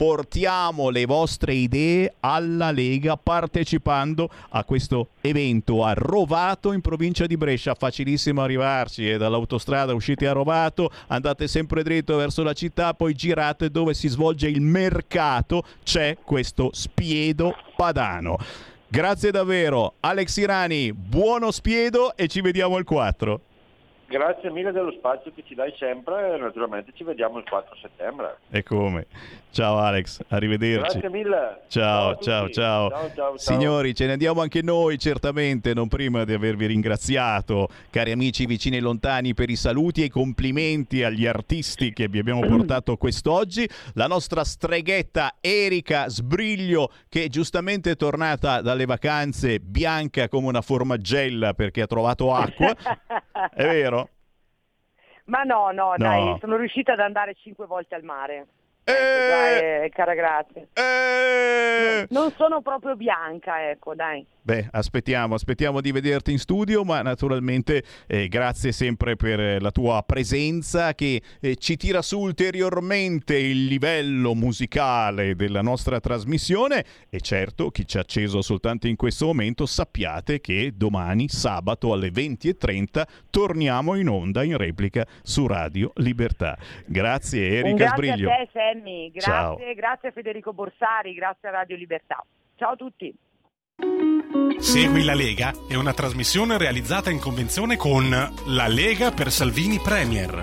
portiamo le vostre idee alla Lega partecipando a questo evento a Rovato in provincia di Brescia. Facilissimo arrivarci, eh, dall'autostrada uscite a Rovato, andate sempre dritto verso la città, poi girate dove si svolge il mercato, c'è questo spiedo padano. Grazie davvero Alex Irani, buono spiedo e ci vediamo il quattro. Grazie mille dello spazio che ci dai sempre e naturalmente ci vediamo il quattro settembre. E come? Ciao Alex, arrivederci. Grazie mille. Ciao, ciao, ciao, ciao, ciao, ciao. Signori, ce ne andiamo anche noi, certamente, non prima di avervi ringraziato, cari amici vicini e lontani, per i saluti e i complimenti agli artisti che vi abbiamo portato quest'oggi. La nostra streghetta Erika Sbriglio, che giustamente è tornata dalle vacanze bianca come una formaggella perché ha trovato acqua. È vero? Ma no, no, No. dai, sono riuscita ad andare cinque volte al mare. Eh, Ecco, dai, eh, cara grazia. Eh. Non sono proprio bianca, ecco, dai. Beh, aspettiamo, aspettiamo di vederti in studio, ma naturalmente eh, grazie sempre per eh, la tua presenza che eh, ci tira su ulteriormente il livello musicale della nostra trasmissione e certo, chi ci ha acceso soltanto in questo momento, sappiate che domani, sabato alle venti e trenta, torniamo in onda in replica su Radio Libertà. Grazie Erika Un grazie Sbriglio. a te, Sammy, Ciao. grazie, grazie a Federico Borsari, grazie a Radio Libertà. Ciao a tutti. Segui la Lega è una trasmissione realizzata in convenzione con La Lega per Salvini Premier.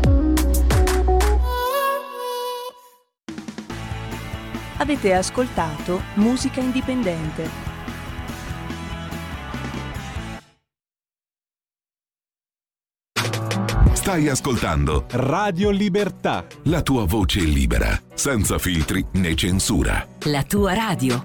Avete ascoltato Musica Indipendente. Stai ascoltando Radio Libertà. la tua voce libera, senza filtri né censura. La tua radio.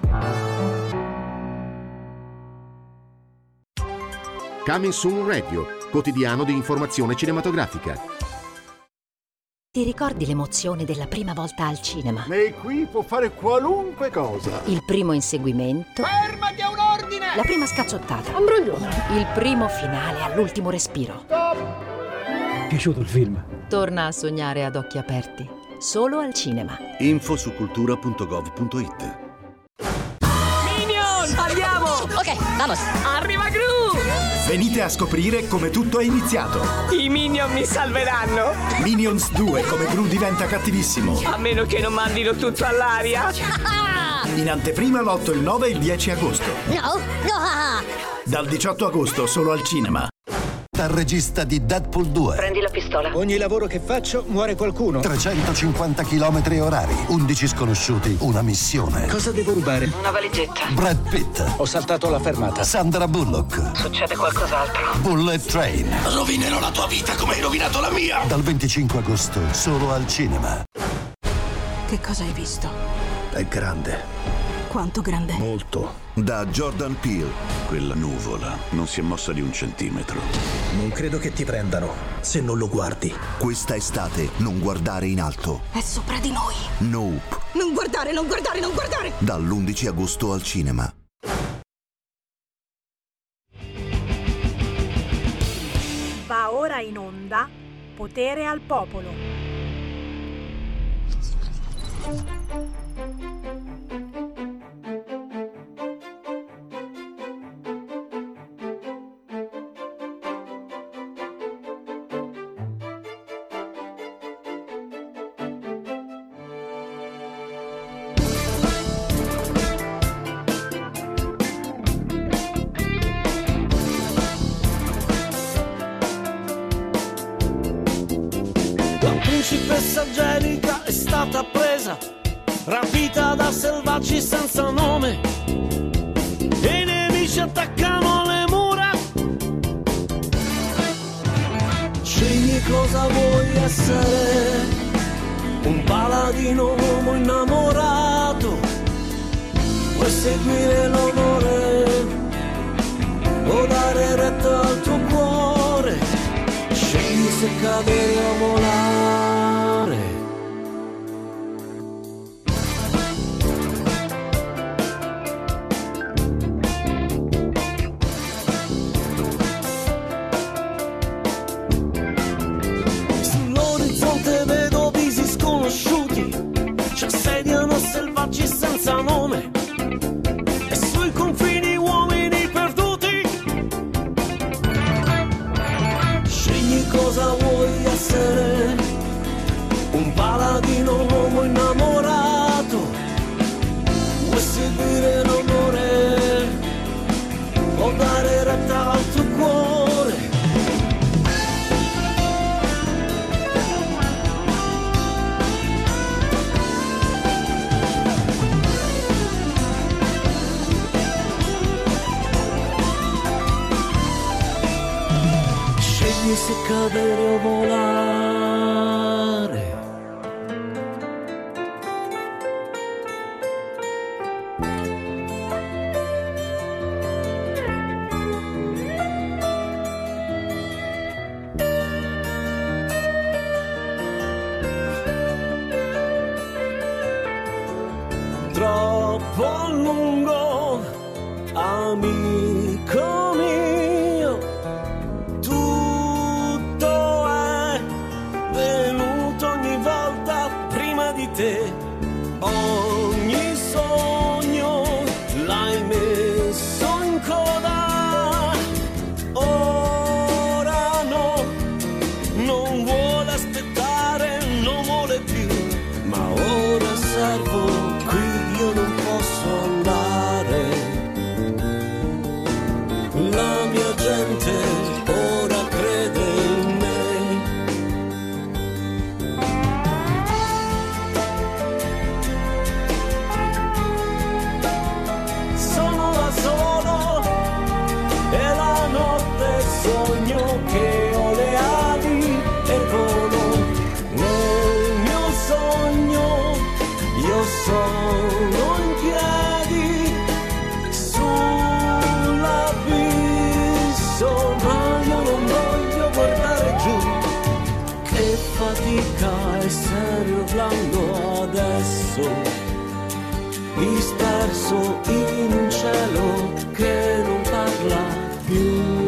Coming Soon Radio, quotidiano di informazione cinematografica. Ti ricordi l'emozione della prima volta al cinema? Lei qui può fare qualunque cosa. Il primo inseguimento? Fermati a un ordine! La prima scazzottata? Ambroglione! Il primo finale all'ultimo respiro? Piaciuto il film? Torna a sognare ad occhi aperti, solo al cinema. Info su cultura punto gov punto it. Minion! Andiamo! Ok, vamos! Arriva Gru! Venite a scoprire come tutto è iniziato. I Minion mi salveranno? Minions due, come Gru diventa cattivissimo. A meno che non mandino tutto all'aria. In anteprima l'otto, il nove e il dieci agosto. No, no! Dal diciotto agosto solo al cinema. Dal regista di Deadpool due. Prendi la pistola. Ogni lavoro che faccio muore qualcuno. trecentocinquanta chilometri orari, undici sconosciuti, una missione. Cosa devo rubare? Una valigetta. Brad Pitt, Ho saltato la fermata. Sandra Bullock, Succede qualcos'altro. Bullet Train. Rovinerò la tua vita come hai rovinato la mia. Dal venticinque agosto, solo al cinema. Che cosa hai visto? È grande. Quanto grande? Molto. Da Jordan Peele, quella nuvola non si è mossa di un centimetro. Non credo che ti prendano se non lo guardi. Questa estate non guardare in alto. È sopra di noi. Nope. Non guardare, non guardare, non guardare! Dall'undici agosto al cinema. Va ora in onda Potere al Popolo. La principessa Angelica è stata presa, rapita da selvaggi senza nome, e i nemici attaccano le mura. Scegli cosa vuoi essere, un paladino uomo innamorato, vuoi seguire l'onore o dare retta al tuo cuore. Scegli se cadere o volare. Sull'orizzonte vedo visi sconosciuti, ci assediano se essere un paladino, un uomo innamorato, vuoi seguire l'onore o dare retta al tuo cuore? Scegli se cadere o volare. Troppo a lungo, amico mio, tutto è venuto ogni volta prima di te, ogni sogno l'hai messo in coda, ora no, non vuole aspettare, non vuole più, ma ora servo qui, io non posso andare, la mia gente ora crede in me. Sono da solo e la notte sogno che ho le ali e volo nel mio sogno, io sono in piedi sull'abisso, ma io non voglio guardare giù, che fatica essere urlando adesso, disperso in un cielo che non parla più.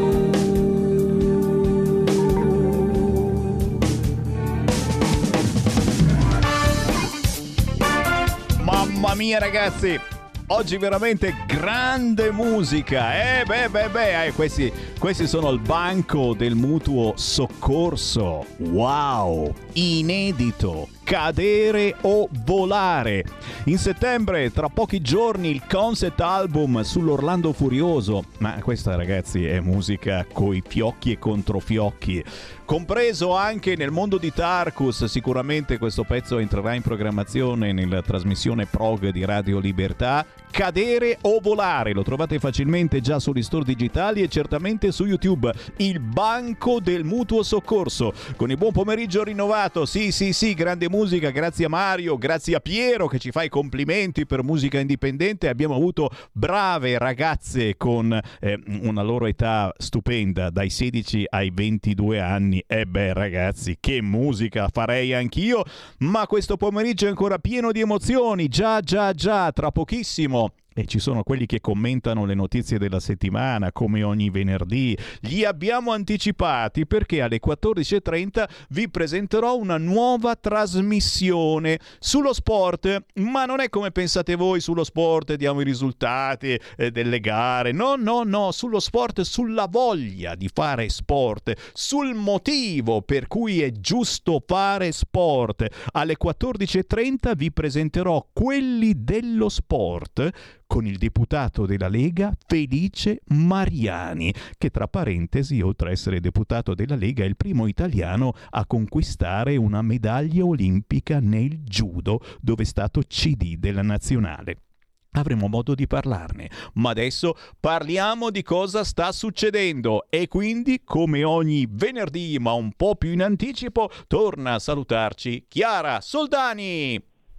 Mamma mia ragazzi, oggi veramente grande musica. Eh beh beh beh, eh, questi, questi sono il banco del mutuo soccorso. Wow, inedito. Cadere o volare. In settembre, tra pochi giorni, il concept album sull'Orlando Furioso. Ma questa ragazzi è musica coi fiocchi e controfiocchi. Compreso anche nel mondo di Tarkus, sicuramente questo pezzo entrerà in programmazione nella trasmissione prog di Radio Libertà. Cadere o volare, lo trovate facilmente già sugli store digitali e certamente su YouTube. Il banco del mutuo soccorso, con il buon pomeriggio rinnovato. Sì sì sì, grande musica, grazie a Mario, grazie a Piero che ci fa i complimenti per musica indipendente. Abbiamo avuto brave ragazze con eh, una loro età stupenda, dai sedici ai ventidue anni. E beh ragazzi, che musica, farei anch'io, ma questo pomeriggio è ancora pieno di emozioni. Già già già, tra pochissimo. E ci sono quelli che commentano le notizie della settimana, come ogni venerdì. Li abbiamo anticipati perché alle quattordici e trenta vi presenterò una nuova trasmissione sullo sport. Ma non è come pensate voi, sullo sport diamo i risultati eh, delle gare. No, no, no, sullo sport, sulla voglia di fare sport, sul motivo per cui è giusto fare sport. Alle quattordici e trenta vi presenterò Quelli dello Sport con il deputato della Lega Felice Mariani, che tra parentesi, oltre a essere deputato della Lega, è il primo italiano a conquistare una medaglia olimpica nel judo, dove è stato C D della nazionale. Avremo modo di parlarne, ma adesso parliamo di cosa sta succedendo e quindi, come ogni venerdì, ma un po' più in anticipo, torna a salutarci Chiara Soldani.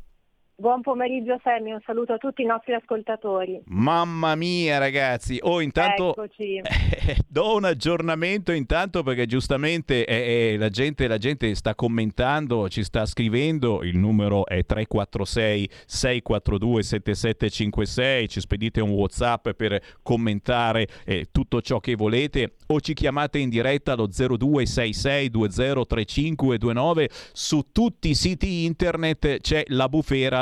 Buon pomeriggio Sammy, un saluto a tutti i nostri ascoltatori. Mamma mia ragazzi, oh intanto Eccoci. Eh, do un aggiornamento intanto perché giustamente eh, eh, la, gente, la gente sta commentando, ci sta scrivendo, il numero è tre quattro sei sei quattro due sette sette cinque sei, ci spedite un WhatsApp per commentare eh, tutto ciò che volete o ci chiamate in diretta allo zero due sei sei due zero tre cinque due nove. Su tutti i siti internet c'è la bufera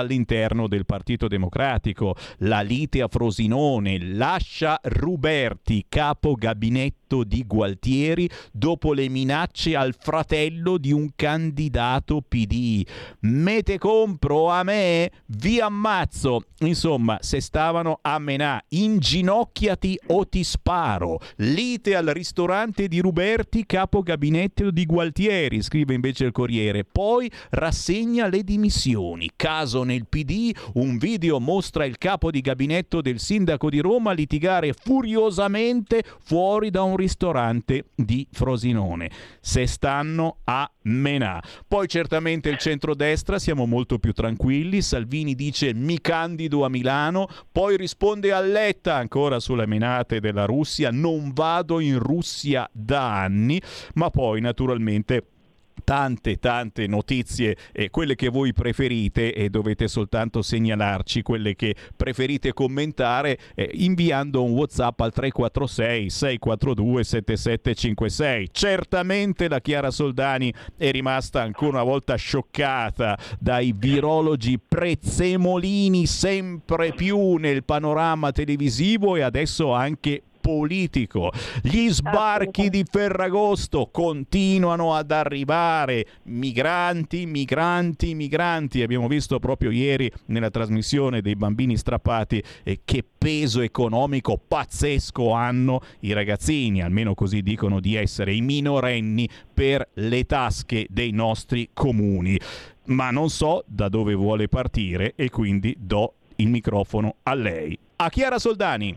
all'interno del Partito Democratico. La lite a Frosinone lascia Ruberti capo gabinetto di Gualtieri dopo le minacce al fratello di un candidato P D. Mete compro a me, vi ammazzo. Insomma, se stavano a menà, inginocchiati o ti sparo. Lite al ristorante di Ruberti, capo gabinetto di Gualtieri, scrive invece il Corriere. Poi rassegna le dimissioni. Caso nel P D, un video mostra il capo di gabinetto del sindaco di Roma litigare furiosamente fuori da un ristorante di Frosinone. Se stanno a menà. Poi certamente il centrodestra, siamo molto più tranquilli. Salvini dice mi candido a Milano, poi risponde a Letta ancora sulle menate della Russia, non vado in Russia da anni, ma poi naturalmente tante tante notizie, eh, quelle che voi preferite, e dovete soltanto segnalarci quelle che preferite commentare eh, inviando un WhatsApp al tre quattro sei sei quattro due sette sette cinque sei. Certamente la Chiara Soldani è rimasta ancora una volta scioccata dai virologi prezzemolini sempre più nel panorama televisivo e adesso anche politico. Gli sbarchi di Ferragosto continuano ad arrivare, migranti, migranti, migranti. Abbiamo visto proprio ieri nella trasmissione dei bambini strappati eh, che peso economico pazzesco hanno i ragazzini, almeno così dicono di essere i minorenni, per le tasche dei nostri comuni. Ma non so da dove vuole partire e quindi do il microfono a lei. A Chiara Soldani.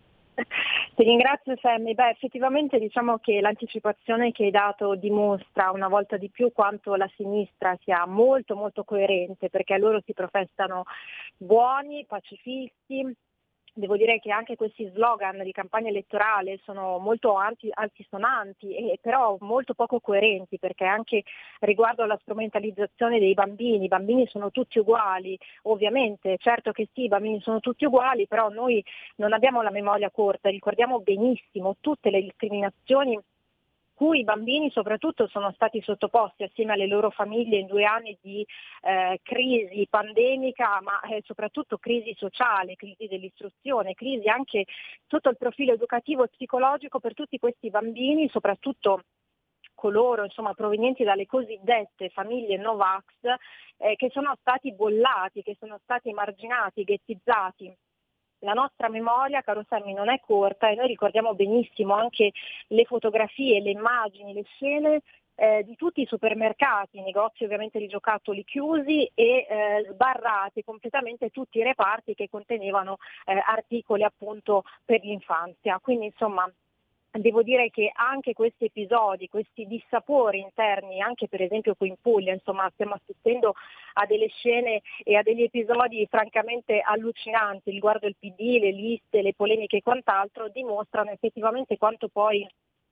Ti ringrazio Sammy. Beh, effettivamente diciamo che l'anticipazione che hai dato dimostra una volta di più quanto la sinistra sia molto molto coerente, perché loro si professano buoni, pacifisti. Devo dire che anche questi slogan di campagna elettorale sono molto anti, altisonanti e però molto poco coerenti, perché anche riguardo alla strumentalizzazione dei bambini, i bambini sono tutti uguali, ovviamente, certo che sì, i bambini sono tutti uguali, però noi non abbiamo la memoria corta, ricordiamo benissimo tutte le discriminazioni cui i bambini soprattutto sono stati sottoposti assieme alle loro famiglie in due anni di eh, crisi pandemica, ma eh, soprattutto crisi sociale, crisi dell'istruzione, crisi anche sotto il profilo educativo e psicologico per tutti questi bambini, soprattutto coloro insomma provenienti dalle cosiddette famiglie Novax, eh, che sono stati bollati, che sono stati emarginati, ghettizzati. La nostra memoria, caro Sammy, non è corta e noi ricordiamo benissimo anche le fotografie, le immagini, le scene eh, di tutti i supermercati, i negozi ovviamente di giocattoli chiusi e eh, sbarrati completamente tutti i reparti che contenevano eh, articoli appunto per l'infanzia. Quindi insomma devo dire che anche questi episodi, questi dissapori interni, anche per esempio qui in Puglia, insomma stiamo assistendo a delle scene e a degli episodi francamente allucinanti riguardo il P D, le liste, le polemiche e quant'altro, dimostrano effettivamente quanto poi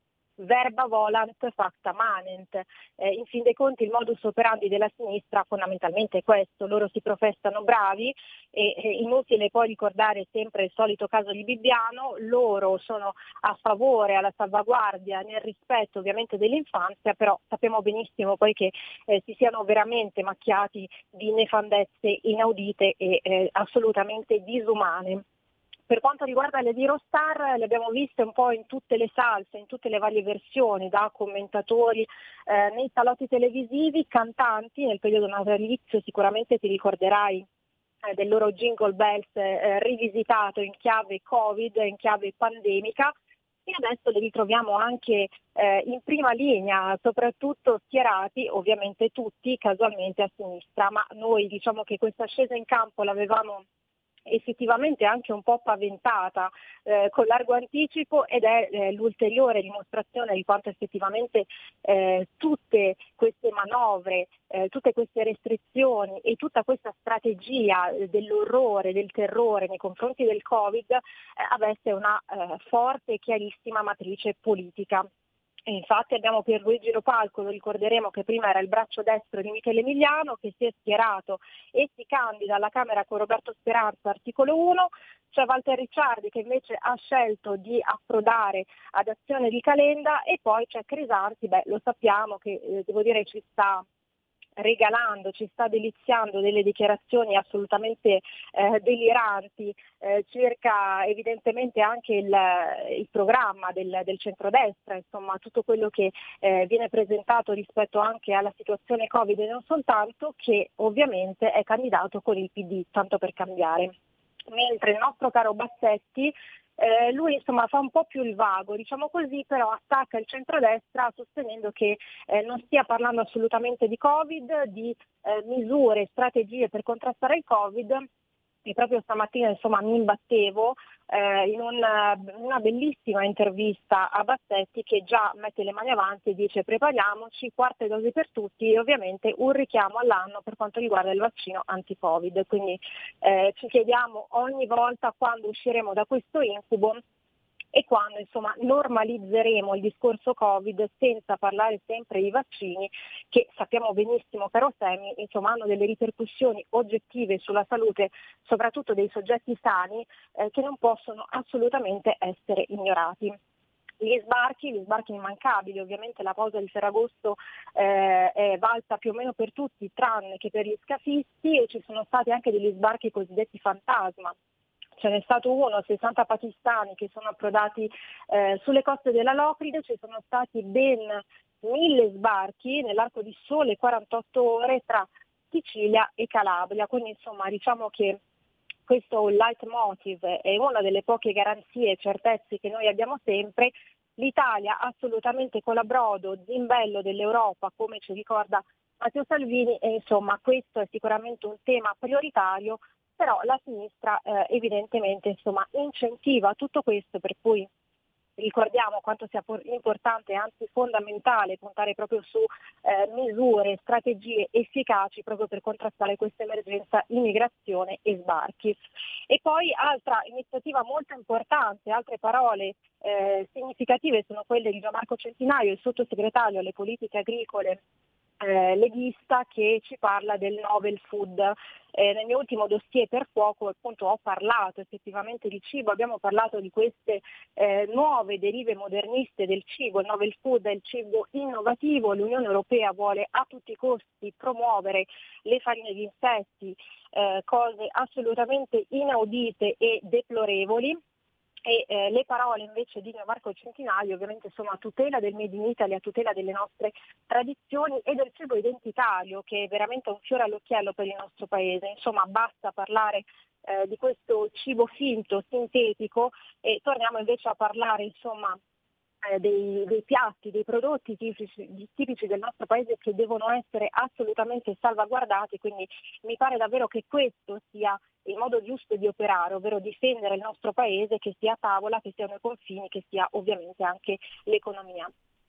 verba volant facta manent. Eh, in fin dei conti il modus operandi della sinistra fondamentalmente è questo: loro si professano bravi e è inutile poi ricordare sempre il solito caso di Bibbiano, loro sono a favore, alla salvaguardia, nel rispetto ovviamente dell'infanzia, però sappiamo benissimo poi che eh, si siano veramente macchiati di nefandezze inaudite e eh, assolutamente disumane. Per quanto riguarda le Virostar, le abbiamo viste un po' in tutte le salse, in tutte le varie versioni, da commentatori eh, nei salotti televisivi, cantanti. Nel periodo natalizio sicuramente ti ricorderai eh, del loro Jingle Bells eh, rivisitato in chiave Covid, in chiave pandemica, e adesso li ritroviamo anche eh, in prima linea, soprattutto schierati, ovviamente tutti casualmente a sinistra, ma noi diciamo che questa scesa in campo l'avevamo effettivamente anche un po' paventata eh, con largo anticipo, ed è eh, l'ulteriore dimostrazione di quanto effettivamente eh, tutte queste manovre, eh, tutte queste restrizioni e tutta questa strategia eh, dell'orrore, del terrore nei confronti del Covid eh, avesse una eh, forte e chiarissima matrice politica. E infatti abbiamo Pierluigi Lopalco, lo ricorderemo, che prima era il braccio destro di Michele Emiliano, che si è schierato e si candida alla Camera con Roberto Speranza, articolo uno. C'è Walter Ricciardi che invece ha scelto di approdare ad Azione di Calenda, e poi c'è Crisanti, beh lo sappiamo che eh, devo dire ci sta regalando, ci sta deliziando delle dichiarazioni assolutamente eh, deliranti eh, circa evidentemente anche il, il programma del, del centrodestra, insomma tutto quello che eh, viene presentato rispetto anche alla situazione Covid e non soltanto, che ovviamente è candidato con il P D, tanto per cambiare. Mentre il nostro caro Bassetti, Eh, lui insomma fa un po' più il vago, diciamo così, però attacca il centrodestra sostenendo che eh, non stia parlando assolutamente di Covid, di eh, misure, strategie per contrastare il Covid. E proprio stamattina insomma mi imbattevo eh, in una, una bellissima intervista a Bassetti, che già mette le mani avanti e dice: prepariamoci, quarta dose per tutti, e ovviamente un richiamo all'anno per quanto riguarda il vaccino anti-Covid. Quindi eh, ci chiediamo ogni volta quando usciremo da questo incubo e quando insomma normalizzeremo il discorso Covid, senza parlare sempre di vaccini, che sappiamo benissimo, caro Semi, insomma hanno delle ripercussioni oggettive sulla salute soprattutto dei soggetti sani eh, che non possono assolutamente essere ignorati. Gli sbarchi, gli sbarchi immancabili, ovviamente la pausa di Ferragosto eh, è valsa più o meno per tutti tranne che per gli scafisti, e ci sono stati anche degli sbarchi cosiddetti fantasma. Ce n'è stato uno, sessanta pakistani che sono approdati eh, sulle coste della Locride, ci sono stati ben mille sbarchi nell'arco di sole quarantotto ore tra Sicilia e Calabria, quindi insomma diciamo che questo leitmotiv è una delle poche garanzie e certezze che noi abbiamo sempre. L'Italia assolutamente colabrodo, zimbello dell'Europa, come ci ricorda Matteo Salvini, e insomma questo è sicuramente un tema prioritario. Però la sinistra eh, evidentemente insomma incentiva tutto questo, per cui ricordiamo quanto sia por- importante, anzi fondamentale, puntare proprio su eh, misure, strategie efficaci proprio per contrastare questa emergenza immigrazione e sbarchi. E poi altra iniziativa molto importante, altre parole eh, significative sono quelle di Gianmarco Centinaio, il sottosegretario alle politiche agricole Eh, leghista, che ci parla del novel food. Eh, nel mio ultimo dossier per fuoco appunto ho parlato effettivamente di cibo, abbiamo parlato di queste eh, nuove derive moderniste del cibo. Il novel food è il cibo innovativo, l'Unione Europea vuole a tutti i costi promuovere le farine di insetti, eh, cose assolutamente inaudite e deplorevoli. E eh, le parole invece di Gianmarco Centinaio ovviamente sono a tutela del Made in Italy, a tutela delle nostre tradizioni e del cibo identitario, che è veramente un fiore all'occhiello per il nostro paese. Insomma, basta parlare eh, di questo cibo finto, sintetico, e torniamo invece a parlare insomma eh, dei, dei piatti, dei prodotti tipici, tipici del nostro paese, che devono essere assolutamente salvaguardati. Quindi mi pare davvero che questo sia il modo giusto di operare, ovvero difendere il nostro paese, che sia a tavola, che siano i confini, che sia ovviamente anche l'economia.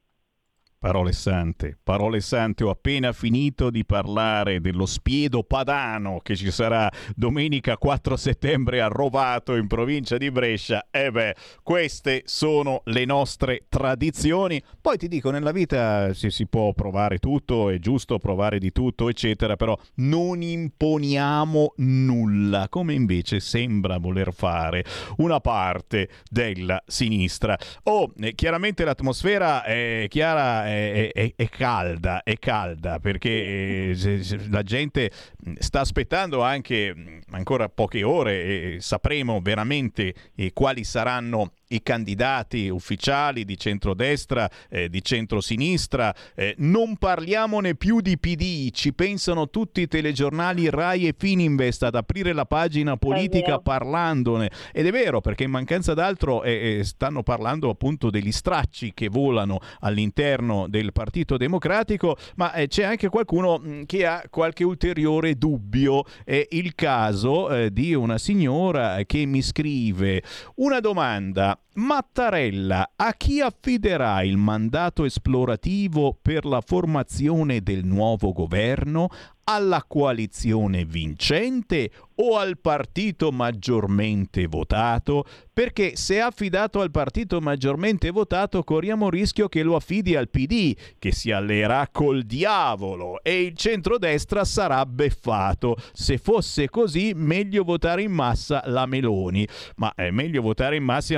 Parole sante, parole sante, ho appena finito di parlare dello spiedo padano che ci sarà domenica quattro settembre a Rovato in provincia di Brescia. E beh, queste sono le nostre tradizioni. Poi ti dico, nella vita si, si può provare tutto, è giusto provare di tutto, eccetera, però non imponiamo nulla, come invece sembra voler fare una parte della sinistra. Oh, eh, chiaramente l'atmosfera è chiara, È, è, è calda, è calda perché eh, la gente sta aspettando anche ancora poche ore e sapremo veramente eh, quali saranno i candidati ufficiali di centrodestra, eh, di centrosinistra. Eh, non parliamone più di P D, ci pensano tutti i telegiornali Rai e Fininvest ad aprire la pagina politica parlandone. Ed è vero, perché in mancanza d'altro eh, eh, stanno parlando appunto degli stracci che volano all'interno del Partito Democratico, ma eh, c'è anche qualcuno mh, che ha qualche ulteriore dubbio. È il caso eh, di una signora che mi scrive una domanda: Mattarella a chi affiderà il mandato esplorativo per la formazione del nuovo governo? Alla coalizione vincente o al partito maggiormente votato? Perché se è affidato al partito maggiormente votato corriamo il rischio che lo affidi al P D, che si alleerà col diavolo e il centrodestra sarà beffato. Se fosse così, meglio votare in massa la Meloni. Ma è meglio votare in massa di sicurezza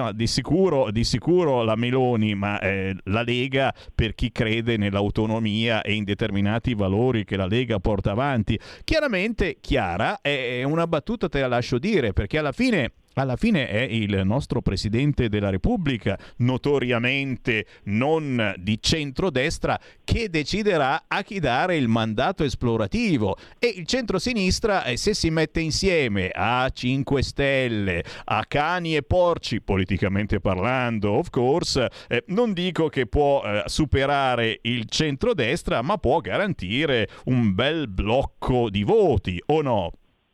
sicuro, di sicuro la Meloni, ma eh, la Lega per chi crede nell'autonomia e in determinati valori che la Lega porta avanti. Chiaramente, Chiara, è una battuta, te la lascio dire, perché alla fine... Alla fine è il nostro Presidente della Repubblica, notoriamente non di centrodestra, che deciderà a chi dare il mandato esplorativo. E il centrosinistra, eh, se si mette insieme a cinque Stelle, a cani e porci, politicamente parlando, of course, eh, non dico che può eh, superare il centrodestra, ma può garantire un bel blocco di voti, o no?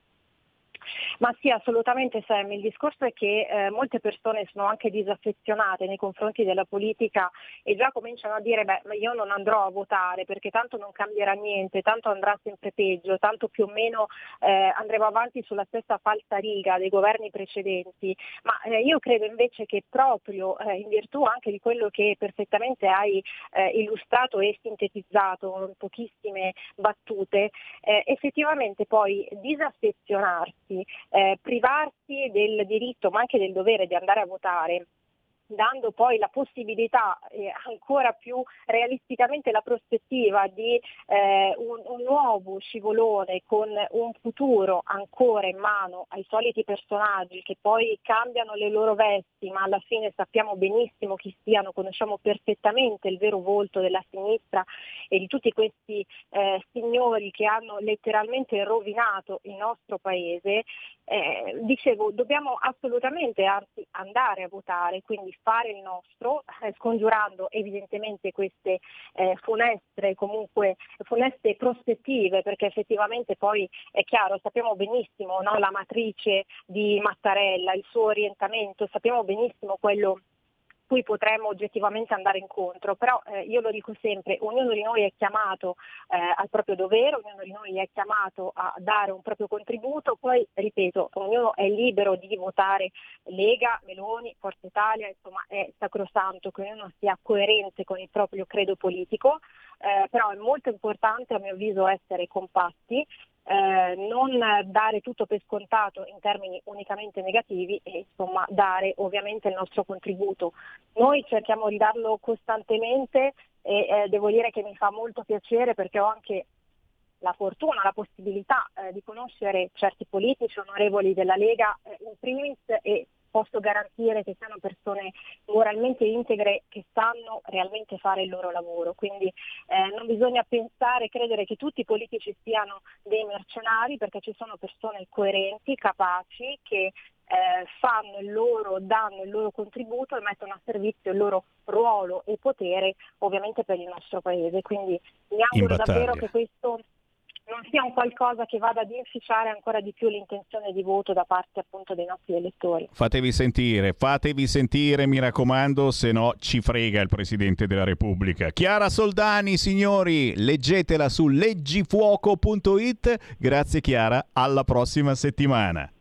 Ma sì, assolutamente Sam, il discorso è che eh, molte persone sono anche disaffezionate nei confronti della politica e già cominciano a dire beh, ma io non andrò a votare perché tanto non cambierà niente, tanto andrà sempre peggio, tanto più o meno eh, andremo avanti sulla stessa falsariga dei governi precedenti, ma eh, io credo invece che proprio eh, in virtù anche di quello che perfettamente hai eh, illustrato e sintetizzato in pochissime battute, eh, effettivamente poi disaffezionarsi, Eh, privarsi del diritto ma anche del dovere di andare a votare, dando poi la possibilità e ancora più realisticamente la prospettiva di eh, un, un nuovo scivolone con un futuro ancora in mano ai soliti personaggi che poi cambiano le loro vesti, ma alla fine sappiamo benissimo chi siano, conosciamo perfettamente il vero volto della sinistra e di tutti questi eh, signori che hanno letteralmente rovinato il nostro paese. Eh, dicevo, dobbiamo assolutamente anzi andare a votare, quindi fare il nostro, eh, scongiurando evidentemente queste eh, funestre, comunque funeste prospettive, perché effettivamente poi è chiaro, sappiamo benissimo, no, la matrice di Mattarella, il suo orientamento, sappiamo benissimo quello cui potremmo oggettivamente andare incontro, però eh, io lo dico sempre, ognuno di noi è chiamato eh, al proprio dovere, ognuno di noi è chiamato a dare un proprio contributo, poi ripeto, ognuno è libero di votare Lega, Meloni, Forza Italia, insomma è sacrosanto che ognuno sia coerente con il proprio credo politico, eh, però è molto importante a mio avviso essere compatti, Eh, non dare tutto per scontato in termini unicamente negativi e insomma dare ovviamente il nostro contributo. Noi cerchiamo di darlo costantemente e eh, devo dire che mi fa molto piacere perché ho anche la fortuna, la possibilità eh, di conoscere certi politici onorevoli della Lega eh, in primis e posso garantire che siano persone moralmente integre che sanno realmente fare il loro lavoro, quindi eh, non bisogna pensare, credere che tutti i politici siano dei mercenari, perché ci sono persone coerenti, capaci, che eh, fanno il loro, danno il loro contributo e mettono a servizio il loro ruolo e potere ovviamente per il nostro paese, quindi mi auguro davvero che questo non sia un qualcosa che vada ad inficiare ancora di più l'intenzione di voto da parte appunto dei nostri elettori. Fatevi sentire, fatevi sentire, mi raccomando, se no ci frega il Presidente della Repubblica. Chiara Soldani, signori, leggetela su leggifuoco punto it. Grazie Chiara, alla prossima settimana.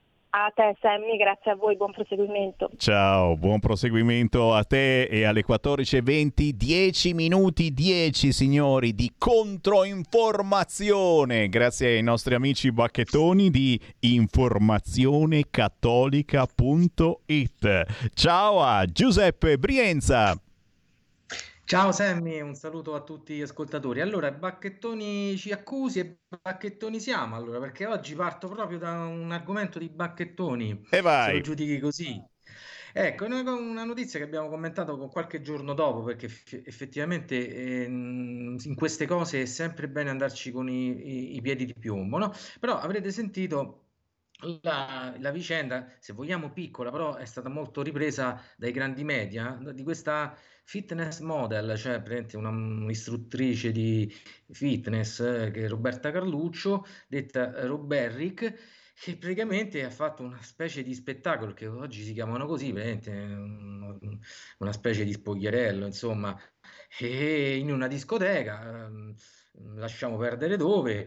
A te Sammy, grazie a voi, buon proseguimento. Ciao, buon proseguimento a te e alle quattordici e venti, dieci minuti dieci signori di controinformazione, grazie ai nostri amici bacchettoni di informazione cattolica punto it. Ciao a Giuseppe Brienza. Ciao Sammy, un saluto a tutti gli ascoltatori. Allora, bacchettoni ci accusi e bacchettoni siamo, allora, perché oggi parto proprio da un argomento di bacchettoni. E vai! Se lo giudichi così. Ecco, una notizia che abbiamo commentato con qualche giorno dopo, perché effettivamente eh, in queste cose è sempre bene andarci con i, i, i piedi di piombo, no? Però avrete sentito la, la vicenda, se vogliamo piccola, però è stata molto ripresa dai grandi media, di questa fitness model, cioè praticamente una, un'istruttrice di fitness eh, che è Roberta Carluccio, detta Roberric, che praticamente ha fatto una specie di spettacolo che oggi si chiamano così, praticamente una, una specie di spogliarello, insomma, e in una discoteca, ehm, lasciamo perdere dove,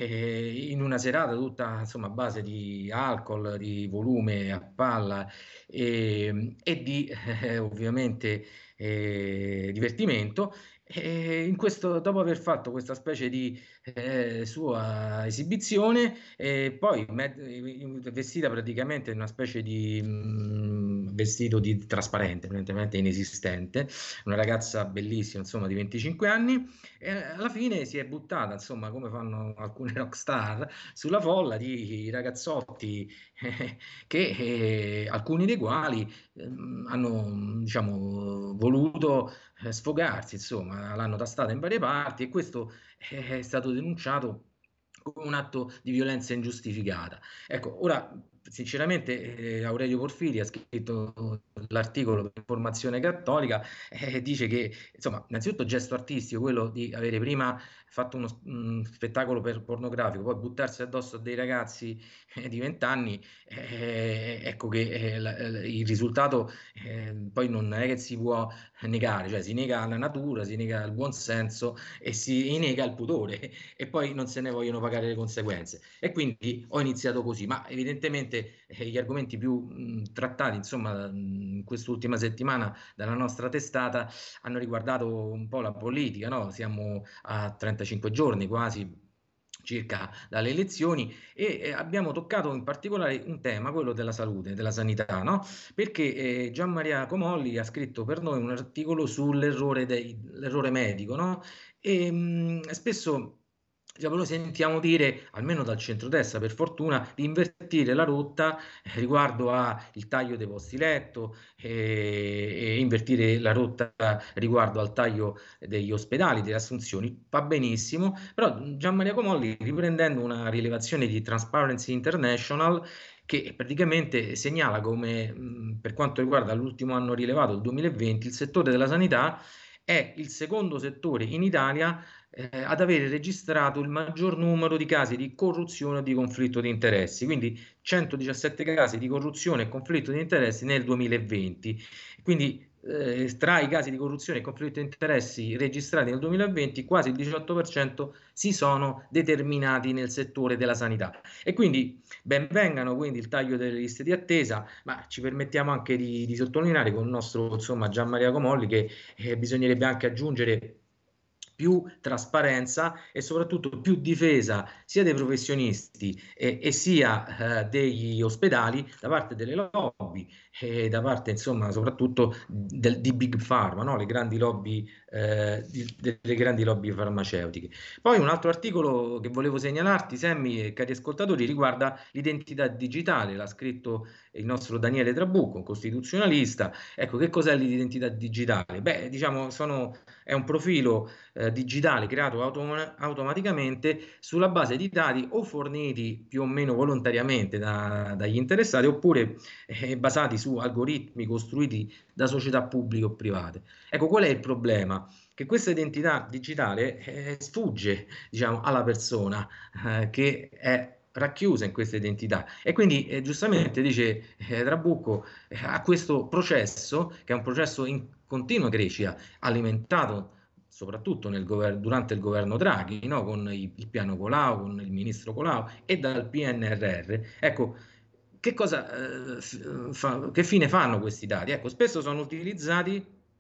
e in una serata tutta insomma a base di alcol, di volume a palla e, e di eh, ovviamente eh, divertimento, E in questo, dopo aver fatto questa specie di eh, sua esibizione, e poi med- vestita praticamente in una specie di mh, vestito di trasparente, evidentemente inesistente, una ragazza bellissima, insomma, di venticinque anni, e alla fine si è buttata, insomma, come fanno alcune rockstar, sulla folla di ragazzotti eh, che eh, alcuni dei quali eh, hanno, diciamo, voluto eh, sfogarsi, insomma, l'hanno tastata in varie parti e questo è stato denunciato come un atto di violenza ingiustificata. Ecco, ora sinceramente eh, Aurelio Porfiri ha scritto l'articolo per Informazione Cattolica e eh, dice che, insomma, innanzitutto gesto artistico, quello di avere prima fatto uno um, spettacolo per pornografico, poi buttarsi addosso a dei ragazzi eh, di vent'anni, eh, ecco che eh, la, il risultato eh, poi non è che si può negare, cioè si nega la natura, si nega il buon senso e si nega il pudore e poi non se ne vogliono pagare le conseguenze. E quindi ho iniziato così, ma evidentemente eh, gli argomenti più mh, trattati, insomma, in quest'ultima settimana dalla nostra testata hanno riguardato un po' la politica, no? Siamo a trentacinque giorni quasi circa dalle elezioni e eh, abbiamo toccato in particolare un tema, quello della salute, della sanità, no? Perché eh, Gian Maria Comolli ha scritto per noi un articolo sull'errore dei, l'errore medico, no? E mh, spesso diciamo, noi sentiamo dire, almeno dal centrodestra per fortuna, di invertire la rotta eh, riguardo al taglio dei posti letto e, e invertire la rotta riguardo al taglio degli ospedali, delle assunzioni. Va benissimo, però Gian Maria Comolli, riprendendo una rilevazione di Transparency International, che praticamente segnala come, mh, per quanto riguarda l'ultimo anno rilevato, il duemilaventi, il settore della sanità è il secondo settore in Italia eh, ad avere registrato il maggior numero di casi di corruzione o di conflitto di interessi, quindi centodiciassette casi di corruzione e conflitto di interessi nel duemilaventi. Quindi eh, tra i casi di corruzione e conflitto di interessi registrati nel duemilaventi, quasi il diciotto per cento si sono determinati nel settore della sanità. E quindi ben vengano quindi il taglio delle liste di attesa, ma ci permettiamo anche di, di sottolineare con il nostro, insomma, Gian Maria Comolli che eh, bisognerebbe anche aggiungere più trasparenza e soprattutto più difesa sia dei professionisti e, e sia eh, degli ospedali da parte delle lobby e da parte, insomma, soprattutto del, di Big Pharma, no? Le grandi lobby, eh, di, delle grandi lobby farmaceutiche. Poi un altro articolo che volevo segnalarti, Sammy e cari ascoltatori, riguarda l'identità digitale, l'ha scritto il nostro Daniele Trabucco, un costituzionalista. Ecco, che cos'è l'identità digitale? Beh, diciamo, sono, è un profilo eh, digitale creato autom- automaticamente sulla base di dati o forniti più o meno volontariamente da, dagli interessati oppure eh, basati su algoritmi costruiti da società pubbliche o private. Ecco, qual è il problema? Che questa identità digitale eh, sfugge, diciamo, alla persona eh, che è racchiusa in questa identità e quindi eh, giustamente dice eh, Trabucco eh, a questo processo, che è un processo in continua crescita, alimentato soprattutto nel governo, durante il governo Draghi, no? Con il, il piano Colau, con il ministro Colau e dal P N R R. Ecco, che cosa eh, fa, che fine fanno questi dati? Ecco, spesso sono utilizzati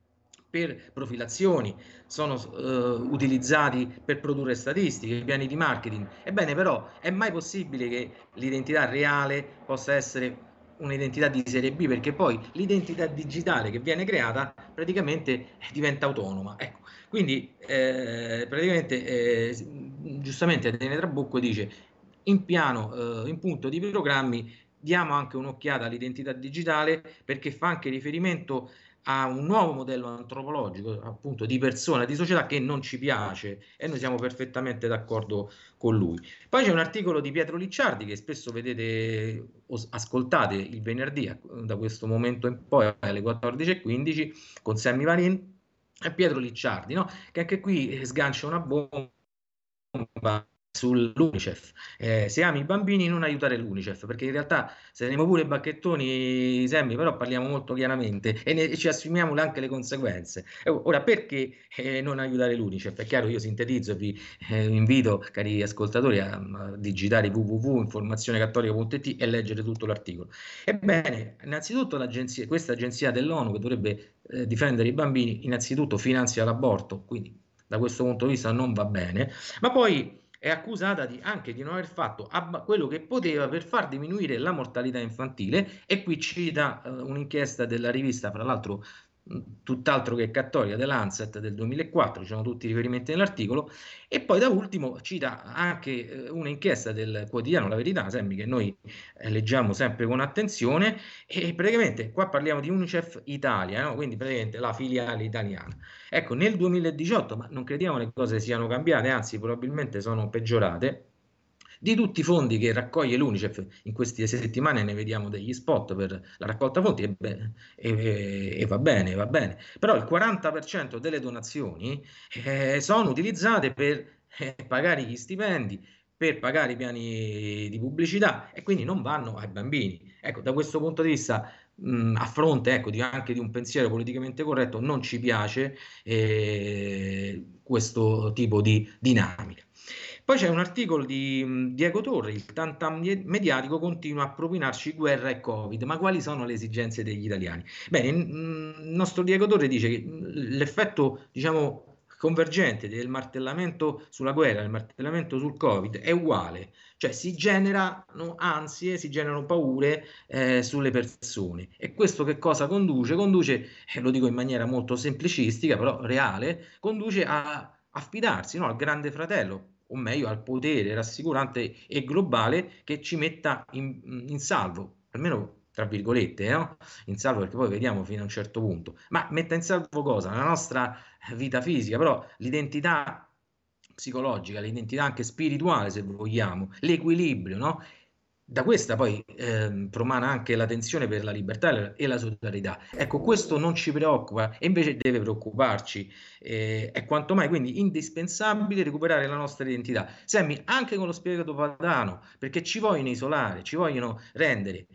per profilazioni, sono eh, utilizzati per produrre statistiche, piani di marketing. Ebbene, però, è mai possibile che l'identità reale possa essere un'identità di serie B? Perché poi l'identità digitale che viene creata praticamente diventa autonoma. Ecco, quindi eh, praticamente eh, giustamente Daniele Trabucco dice in piano, eh, in punto di programmi, diamo anche un'occhiata all'identità digitale perché fa anche riferimento a un nuovo modello antropologico, appunto, di persona, di società che non ci piace e noi siamo perfettamente d'accordo con lui. Poi c'è un articolo di Pietro Licciardi che spesso vedete o ascoltate il venerdì da questo momento in poi alle quattordici e quindici con Sammy Varin e Pietro Licciardi, no? Che anche qui sgancia una bomba sull'Unicef. Eh, se ami i bambini non aiutare l'Unicef, perché in realtà saremo pure bacchettoni, Sammy, però parliamo molto chiaramente e, ne, e ci assumiamo anche le conseguenze. Eh, ora, perché eh, non aiutare l'Unicef? È chiaro, io sintetizzo e vi eh, invito, cari ascoltatori, a, a digitare w w w punto informazione cattolica punto i t e leggere tutto l'articolo. Ebbene, innanzitutto l'agenzia, questa agenzia dell'ONU che dovrebbe eh, difendere i bambini, innanzitutto finanzia l'aborto, quindi da questo punto di vista non va bene, ma poi è accusata di, anche di non aver fatto quello che poteva per far diminuire la mortalità infantile, e qui cita uh, un'inchiesta della rivista, fra l'altro tutt'altro che cattolica, dell'Lancet del duemilaquattro, ci sono tutti i riferimenti nell'articolo, e poi da ultimo cita anche eh, un'inchiesta del quotidiano La Verità, Sammy, che noi eh, leggiamo sempre con attenzione, e praticamente qua parliamo di Unicef Italia, no? Quindi praticamente la filiale italiana. Ecco, nel duemiladiciotto, ma non crediamo le cose siano cambiate, anzi probabilmente sono peggiorate, di tutti i fondi che raccoglie l'Unicef, in queste settimane ne vediamo degli spot per la raccolta fondi, e, beh, e, e va bene, va bene, però il quaranta per cento delle donazioni eh, sono utilizzate per eh, pagare gli stipendi, per pagare i piani di pubblicità, e quindi non vanno ai bambini. Ecco, da questo punto di vista, mh, a fronte ecco, di, anche di un pensiero politicamente corretto, non ci piace eh, questo tipo di dinamica. Poi c'è un articolo di Diego Torri: il tantam mediatico continua a propinarci guerra e Covid, ma quali sono le esigenze degli italiani? Bene, il nostro Diego Torri dice che l'effetto, diciamo, convergente del martellamento sulla guerra, del martellamento sul Covid è uguale, cioè si generano ansie, si generano paure eh, sulle persone, e questo che cosa conduce? Conduce, eh, lo dico in maniera molto semplicistica, però reale, conduce a affidarsi, no, al grande fratello, o meglio al potere rassicurante e globale che ci metta in, in salvo, almeno tra virgolette, no? In salvo, perché poi vediamo fino a un certo punto, ma metta in salvo cosa? La nostra vita fisica, però l'identità psicologica, l'identità anche spirituale, se vogliamo, l'equilibrio, no? Da questa poi eh, promana anche la tensione per la libertà e la solidarietà. Ecco, questo non ci preoccupa e invece deve preoccuparci. Eh, è quanto mai quindi indispensabile recuperare la nostra identità, Sammy, anche con lo spirito padano, perché ci vogliono isolare, ci vogliono rendere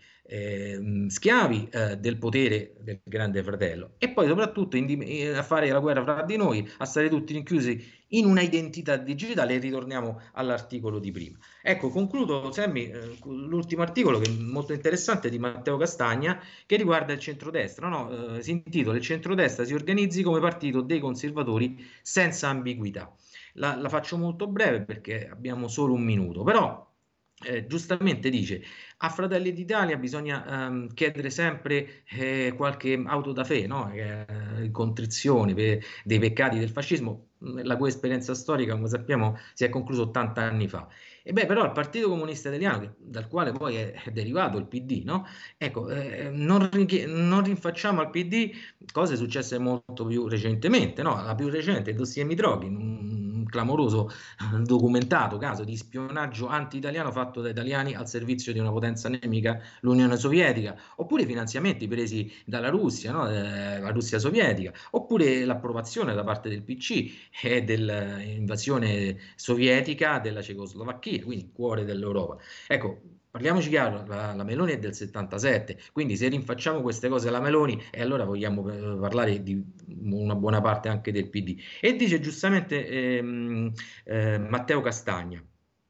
eh, schiavi eh, del potere del grande fratello, e poi soprattutto in, a fare la guerra fra di noi, a stare tutti rinchiusi in una identità digitale. E ritorniamo all'articolo di prima. Ecco, concludo, Sammy, eh, l'ultimo articolo, che è molto interessante, di Matteo Castagna, che riguarda il centrodestra, no? Eh, si intitola "Il centrodestra si organizzi come partito dei conservatori senza ambiguità". La, la faccio molto breve perché abbiamo solo un minuto, però Eh, giustamente dice: a Fratelli d'Italia bisogna ehm, chiedere sempre eh, qualche auto da fe, no? eh, contrizione per, dei peccati del fascismo. La cui esperienza storica, come sappiamo, si è conclusa ottanta anni fa. E beh, però il Partito Comunista Italiano, che, dal quale poi è, è derivato il P D, no? Ecco, eh, non, non rinfacciamo al P D cose successe molto più recentemente, no? La più recente, il dossier Mitrokhin, un, un clamoroso documentato caso di spionaggio anti-italiano fatto da italiani al servizio di una potenza nemica, l'Unione Sovietica, oppure i finanziamenti presi dalla Russia, no? eh, la Russia sovietica, oppure l'approvazione da parte del P C e dell'invasione sovietica della Cecoslovacchia, quindi il cuore dell'Europa. Ecco, parliamoci chiaro, la, la Meloni è del settantasette, quindi se rinfacciamo queste cose alla Meloni, e allora vogliamo eh, parlare di una buona parte anche del P D. E dice giustamente ehm, eh, Matteo Castagna: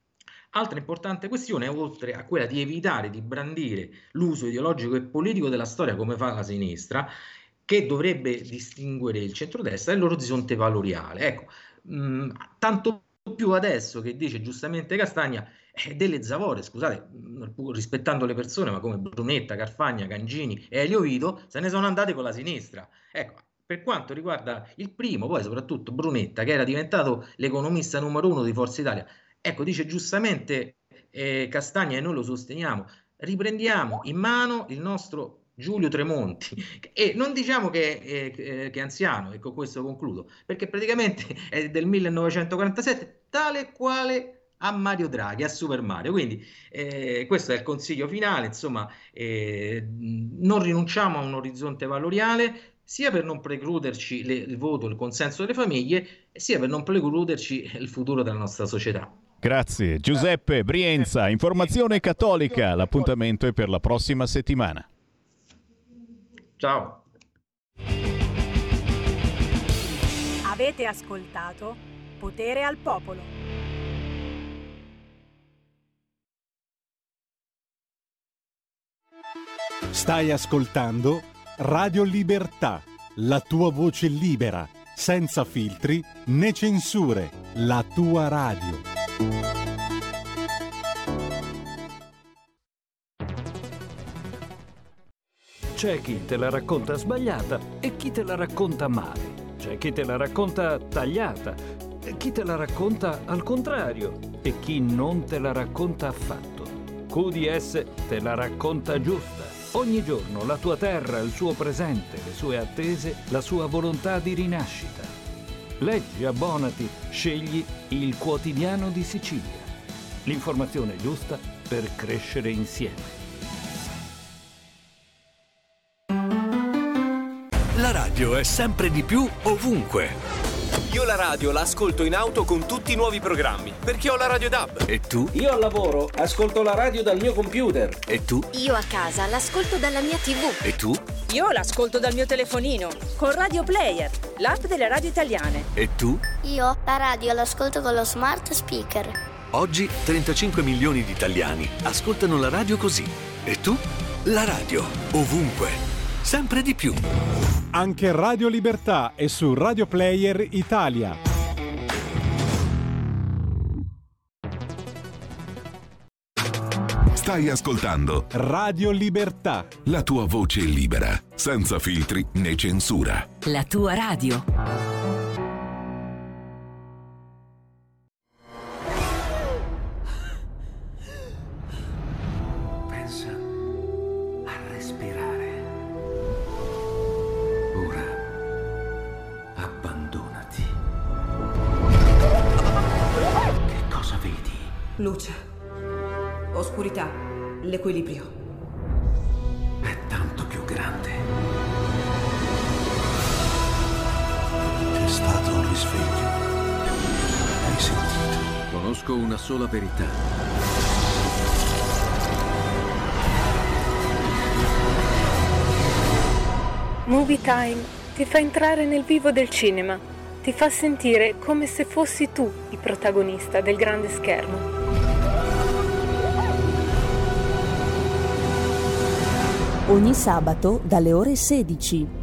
altra importante questione, oltre a quella di evitare di brandire l'uso ideologico e politico della storia come fa la sinistra, che dovrebbe distinguere il centrodestra, è l'orizzonte valoriale. Ecco, mh, tanto più adesso che, dice giustamente Castagna, eh, delle zavorre, scusate, mh, rispettando le persone, ma come Brunetta, Carfagna, Cangini e Elio Vito, se ne sono andate con la sinistra. Ecco, per quanto riguarda il primo, poi soprattutto Brunetta, che era diventato l'economista numero uno di Forza Italia, ecco, dice giustamente eh, Castagna, e noi lo sosteniamo, riprendiamo in mano il nostro Giulio Tremonti, e non diciamo che, eh, che è anziano, e con questo concludo, perché praticamente è del millenovecentoquarantasette, tale quale a Mario Draghi, a Super Mario. Quindi eh, questo è il consiglio finale, insomma, eh, non rinunciamo a un orizzonte valoriale, sia per non precluderci le, il voto, il consenso delle famiglie, sia per non precluderci il futuro della nostra società. Grazie. Giuseppe Brienza, Informazione Cattolica. L'appuntamento è per la prossima settimana. Ciao. Avete ascoltato Potere al Popolo. Stai ascoltando Radio Libertà, la tua voce libera, senza filtri né censure, la tua radio. C'è chi te la racconta sbagliata e chi te la racconta male. C'è chi te la racconta tagliata e chi te la racconta al contrario e chi non te la racconta affatto. Q D S te la racconta giusta. Ogni giorno la tua terra, il suo presente, le sue attese, la sua volontà di rinascita. Leggi, abbonati, scegli il Quotidiano di Sicilia. L'informazione giusta per crescere insieme. La radio è sempre di più ovunque. Io la radio la ascolto in auto con tutti i nuovi programmi, perché ho la radio D A B. E tu? Io al lavoro ascolto la radio dal mio computer. E tu? Io a casa l'ascolto dalla mia tivù. E tu? Io l'ascolto dal mio telefonino, con Radio Player, l'app delle radio italiane. E tu? Io la radio l'ascolto con lo smart speaker. Oggi trentacinque milioni di italiani ascoltano la radio così. E tu? La radio, ovunque, sempre di più. Anche Radio Libertà è su Radio Player Italia. Stai ascoltando Radio Libertà, la tua voce libera, senza filtri né censura. La tua radio. Pensa a respirare. Ora abbandonati. Che cosa vedi? Luce. Oscurità, l'equilibrio. È tanto più grande. C'è stato un risveglio. Hai sentito? Conosco una sola verità. Movie Time ti fa entrare nel vivo del cinema, ti fa sentire come se fossi tu il protagonista del grande schermo. Ogni sabato dalle ore sedici.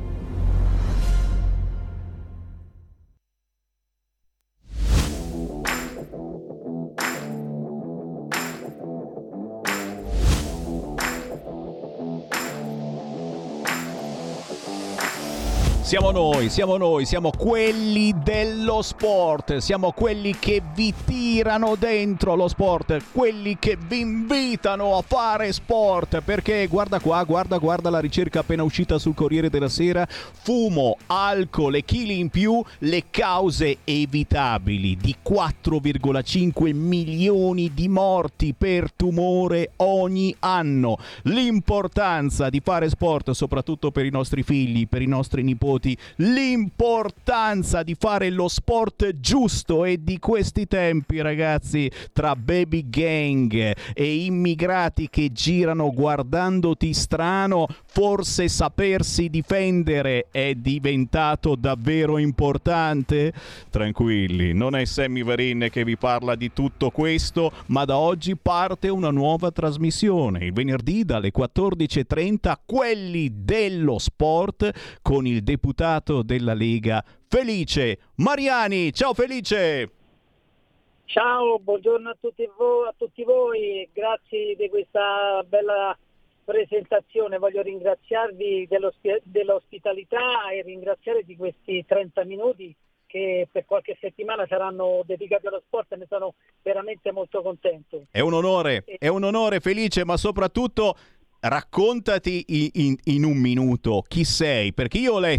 Siamo noi, siamo noi, siamo quelli dello sport, siamo quelli che vi tirano dentro lo sport, quelli che vi invitano a fare sport, perché guarda qua, guarda, guarda la ricerca appena uscita sul Corriere della Sera, fumo, alcol e chili in più, le cause evitabili di quattro virgola cinque milioni di morti per tumore ogni anno, l'importanza di fare sport soprattutto per i nostri figli, per i nostri nipoti, l'importanza di fare lo sport giusto e di questi tempi, ragazzi, tra baby gang e immigrati che girano guardandoti strano, forse sapersi difendere è diventato davvero importante? Tranquilli, non è Sammy Varin che vi parla di tutto questo, ma da oggi parte una nuova trasmissione, il venerdì dalle quattordici e trenta, quelli dello sport, con il deputato della Lega Felice Mariani. Ciao Felice! Ciao, buongiorno a tutti voi, a tutti voi, grazie di questa bella presentazione. Voglio ringraziarvi dell'ospi- dell'ospitalità e ringraziare di questi trenta minuti che per qualche settimana saranno dedicati allo sport, e ne sono veramente molto contento. È un onore, è un onore Felice, ma soprattutto raccontati in, in, in un minuto chi sei, perché io ho letto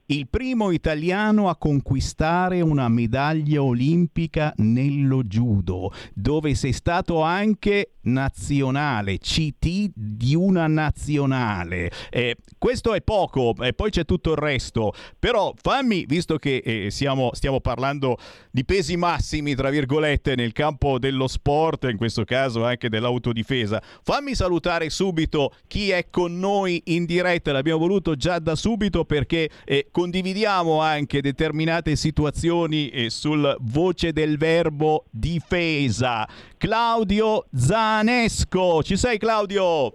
il primo italiano a conquistare una medaglia olimpica nello judo, dove sei stato anche nazionale, C T di una nazionale. Eh, questo è poco, e poi c'è tutto il resto. Però fammi, visto che eh, siamo, stiamo parlando di pesi massimi, tra virgolette, nel campo dello sport, in questo caso anche dell'autodifesa, fammi salutare subito chi è con noi in diretta. L'abbiamo voluto già da subito perché eh, condividiamo anche determinate situazioni eh, sul voce del verbo difesa. Claudio Zanesco, ci sei Claudio?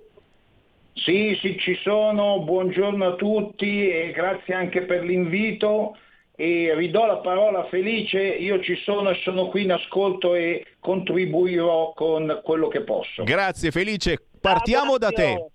Sì, sì, ci sono, buongiorno a tutti e grazie anche per l'invito e ridò la parola a Felice, io ci sono e sono qui in ascolto e contribuirò con quello che posso. Grazie Felice, partiamo ah, da te.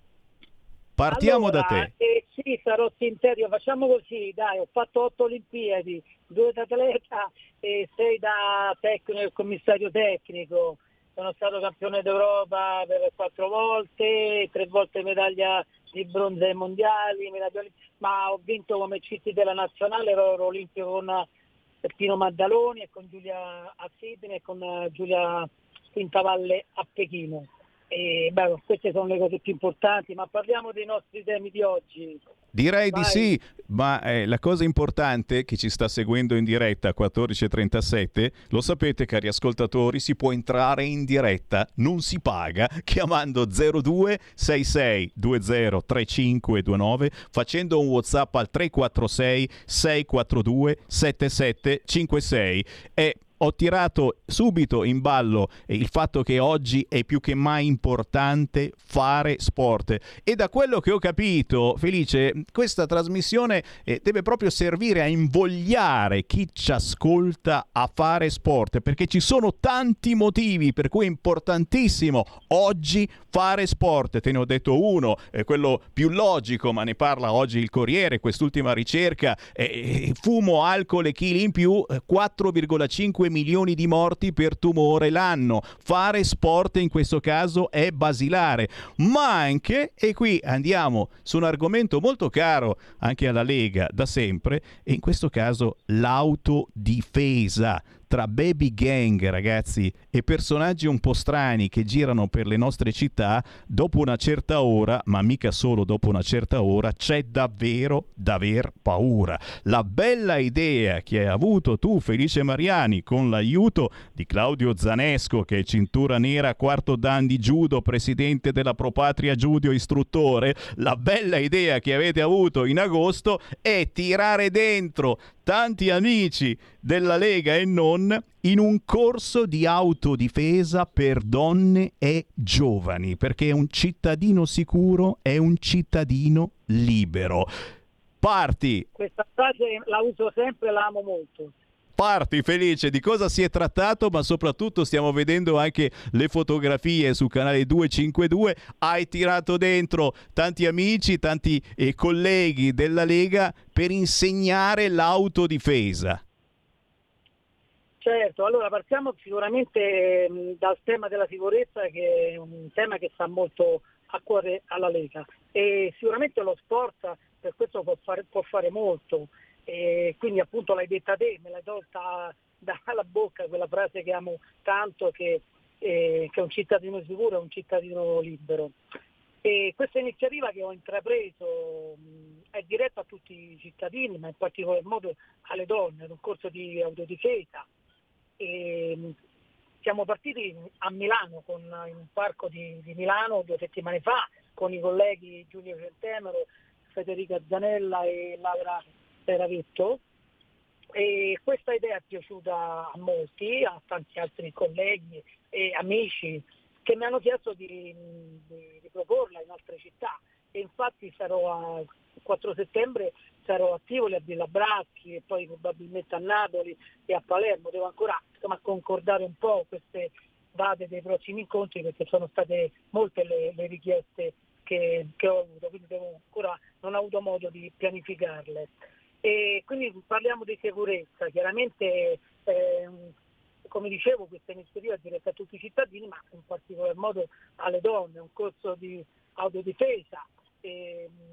Partiamo allora, da te. Eh, sì, sarò sincero, facciamo così, dai, ho fatto otto Olimpiadi, due da atleta e sei da tecnico, commissario tecnico. Sono stato campione d'Europa per quattro volte, tre volte medaglia di bronzo ai mondiali, medaglia olimpica, ma ho vinto come C T della nazionale, ero olimpico con Pino Maddaloni e con Giulia a Sydney e con Giulia Quintavalle a Pechino. E, beh, queste sono le cose più importanti, ma parliamo dei nostri temi di oggi. Direi Vai. di sì, ma eh, la cosa importante, chi ci sta seguendo in diretta a quattordici e trentasette, lo sapete cari ascoltatori, si può entrare in diretta, non si paga, chiamando zero due sei sei due zero tre cinque due nove, facendo un WhatsApp al tre quattro sei sei quattro due sette sette cinque sei. E ho tirato subito in ballo il fatto che oggi è più che mai importante fare sport e da quello che ho capito, Felice, questa trasmissione eh, deve proprio servire a invogliare chi ci ascolta a fare sport, perché ci sono tanti motivi per cui è importantissimo oggi fare sport. Te ne ho detto uno, eh, quello più logico, ma ne parla oggi il Corriere, quest'ultima ricerca, eh, fumo, alcol e chili in più, eh, quattro virgola cinque milioni di morti per tumore l'anno. Fare sport in questo caso è basilare, ma anche, e qui andiamo su un argomento molto caro anche alla Lega da sempre, e in questo caso l'autodifesa. Tra baby gang, ragazzi, e personaggi un po' strani che girano per le nostre città, dopo una certa ora, ma mica solo dopo una certa ora, c'è davvero da aver paura. La bella idea che hai avuto tu, Felice Mariani, con l'aiuto di Claudio Zanesco, che è cintura nera, quarto dan di judo, presidente della Pro Patria Judo istruttore, la bella idea che avete avuto in agosto è tirare dentro tanti amici della Lega e non in un corso di autodifesa per donne e giovani, perché un cittadino sicuro è un cittadino libero. Parti! Questa frase la uso sempre, la amo molto. Parti Felice, di cosa si è trattato, ma soprattutto stiamo vedendo anche le fotografie su canale duecentocinquantadue. Hai tirato dentro tanti amici, tanti eh, colleghi della Lega per insegnare l'autodifesa. Certo, allora partiamo sicuramente mh, dal tema della sicurezza, che è un tema che sta molto a cuore alla Lega, e sicuramente lo sport per questo può fare, può fare molto. E quindi appunto l'hai detta te, me l'hai tolta dalla bocca quella frase che amo tanto, che, eh, che un cittadino sicuro è un cittadino libero. E questa iniziativa che ho intrapreso mh, è diretta a tutti i cittadini, ma in particolar modo alle donne, è un corso di autodifesa. E, mh, siamo partiti a Milano, con, in un parco di, di Milano due settimane fa, con i colleghi Giulio Centemero, Federica Zanella e Laura Ravetto, e questa idea è piaciuta a molti, a tanti altri colleghi e amici che mi hanno chiesto di, di, di proporla in altre città, e infatti sarò a quattro settembre sarò a Tivoli, a Villa Bracchi e poi probabilmente a Napoli e a Palermo. Devo ancora insomma concordare un po' queste date dei prossimi incontri, perché sono state molte le, le richieste che, che ho avuto, quindi devo ancora non ho avuto modo di pianificarle. E quindi parliamo di sicurezza, chiaramente eh, come dicevo questa iniziativa è diretta a tutti i cittadini, ma in particolar modo alle donne, un corso di autodifesa. E,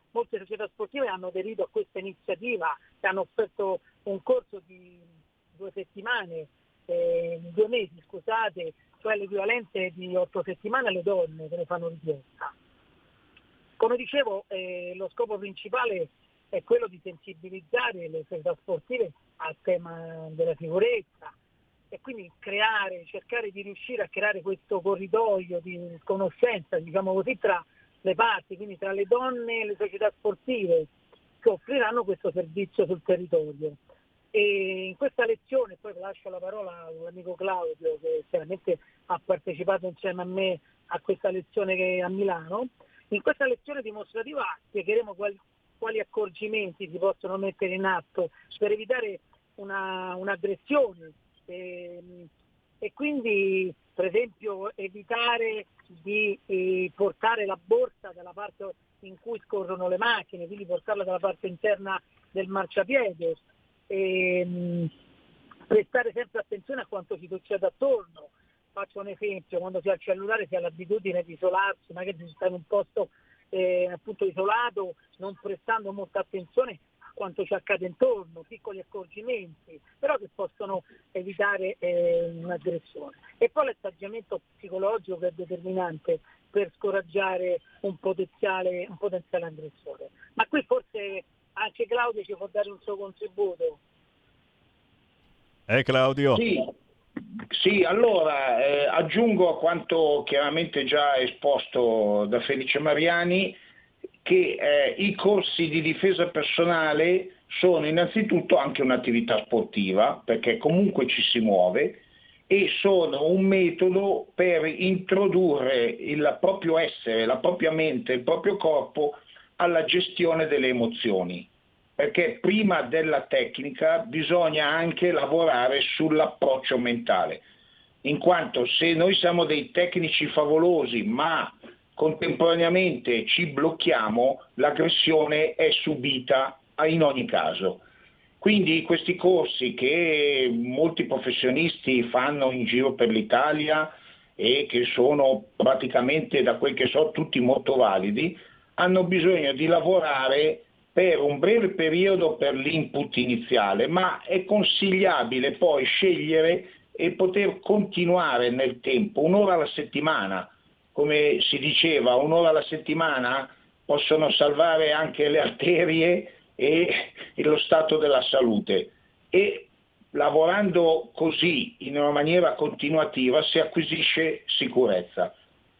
molte società sportive hanno aderito a questa iniziativa e hanno offerto un corso di due settimane, eh, due mesi scusate, cioè l'equivalente di otto settimane alle donne che ne fanno richiesta. Come dicevo, eh, lo scopo principale è quello di sensibilizzare le società sportive al tema della sicurezza e quindi creare, cercare di riuscire a creare questo corridoio di conoscenza, diciamo così, tra le parti, quindi tra le donne e le società sportive che offriranno questo servizio sul territorio. E in questa lezione, poi lascio la parola all'amico Claudio che chiaramente ha partecipato insieme a me a questa lezione che è a Milano, in questa lezione dimostrativa spiegheremo quali, quali accorgimenti si possono mettere in atto per evitare una, un'aggressione e, e quindi per esempio evitare di eh, portare la borsa dalla parte in cui scorrono le macchine, quindi portarla dalla parte interna del marciapiede, e, mh, prestare sempre attenzione a quanto ci succede attorno. Faccio un esempio: quando si ha il cellulare si ha l'abitudine di isolarsi, magari si sta in un posto eh, appunto isolato, non prestando molta attenzione a quanto ci accade intorno, piccoli accorgimenti, però che possono evitare eh, un'aggressione. E poi l'atteggiamento psicologico che è determinante per scoraggiare un potenziale, un potenziale aggressore. Ma qui forse anche Claudio ci può dare un suo contributo. Eh Claudio? Sì. Sì, allora eh, aggiungo a quanto chiaramente già esposto da Felice Mariani che eh, i corsi di difesa personale sono innanzitutto anche un'attività sportiva, perché comunque ci si muove, e sono un metodo per introdurre il proprio essere, la propria mente, il proprio corpo alla gestione delle emozioni. Perché prima della tecnica bisogna anche lavorare sull'approccio mentale, in quanto se noi siamo dei tecnici favolosi ma contemporaneamente ci blocchiamo, l'aggressione è subita in ogni caso. Quindi questi corsi che molti professionisti fanno in giro per l'Italia e che sono praticamente, da quel che so, tutti molto validi, hanno bisogno di lavorare per un breve periodo per l'input iniziale, ma è consigliabile poi scegliere e poter continuare nel tempo, un'ora alla settimana. Come si diceva, un'ora alla settimana possono salvare anche le arterie e lo stato della salute. E lavorando così, in una maniera continuativa, si acquisisce sicurezza.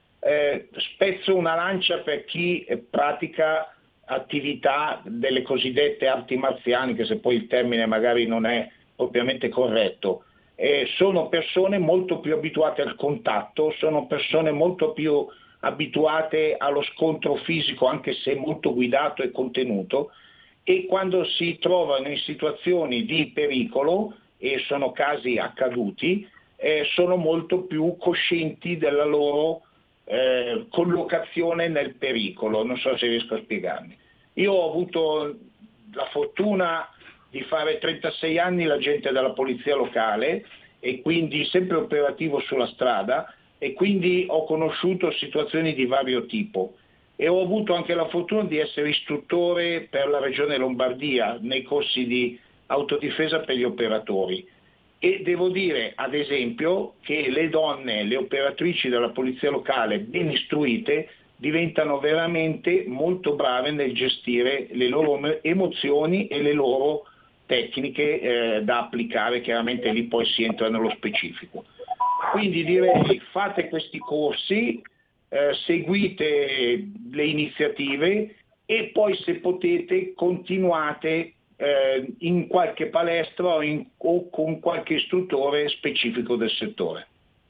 Eh, spezzo una lancia per chi pratica attività delle cosiddette arti marziali, che se poi il termine magari non è propriamente corretto, eh, sono persone molto più abituate al contatto, sono persone molto più abituate allo scontro fisico, anche se molto guidato e contenuto, e quando si trovano in situazioni di pericolo, e sono casi accaduti, eh, sono molto più coscienti della loro eh, collocazione nel pericolo. Non so se riesco a spiegarmi. Io ho avuto la fortuna di fare trentasei anni l'agente della polizia locale e quindi sempre operativo sulla strada, e quindi ho conosciuto situazioni di vario tipo e ho avuto anche la fortuna di essere istruttore per la regione Lombardia nei corsi di autodifesa per gli operatori. E devo dire, ad esempio, che le donne, le operatrici della polizia locale ben istruite, diventano veramente molto brave nel gestire le loro emozioni e le loro tecniche eh, da applicare. Chiaramente lì poi si entra nello specifico. Quindi direi, fate questi corsi, eh, seguite le iniziative e poi, se potete, continuate eh, in qualche palestra o, in, o con qualche istruttore specifico del settore.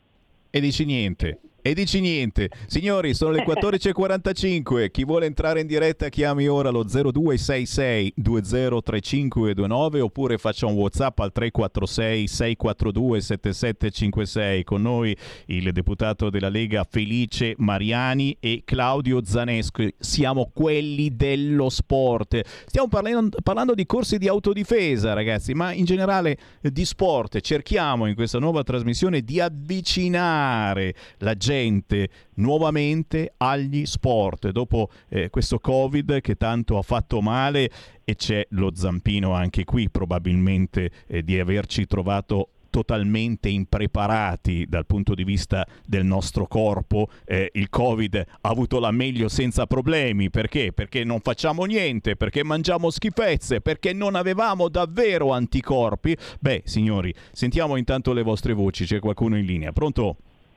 E dici niente. E dici niente. Signori, sono le quattordici e quarantacinque. Chi vuole entrare in diretta chiami ora lo zero due sei sei due zero tre cinque due nove oppure faccia un WhatsApp al tre quattro sei sei quattro due sette sette cinque sei. Con noi il deputato della Lega Felice Mariani e Claudio Zanesco. Siamo quelli dello sport. Stiamo parlando, parlando di corsi di autodifesa, ragazzi, ma in generale di sport. Cerchiamo in questa nuova trasmissione di avvicinare la gente gente nuovamente agli sport dopo eh, questo Covid che tanto ha fatto male, e c'è lo zampino anche qui probabilmente eh, di averci trovato totalmente impreparati dal punto di vista del nostro corpo. Eh, il Covid ha avuto la meglio senza problemi. Perché? Perché non facciamo niente, perché mangiamo schifezze, perché non avevamo davvero anticorpi. Beh, signori, sentiamo intanto le vostre voci. C'è qualcuno in linea? Pronto?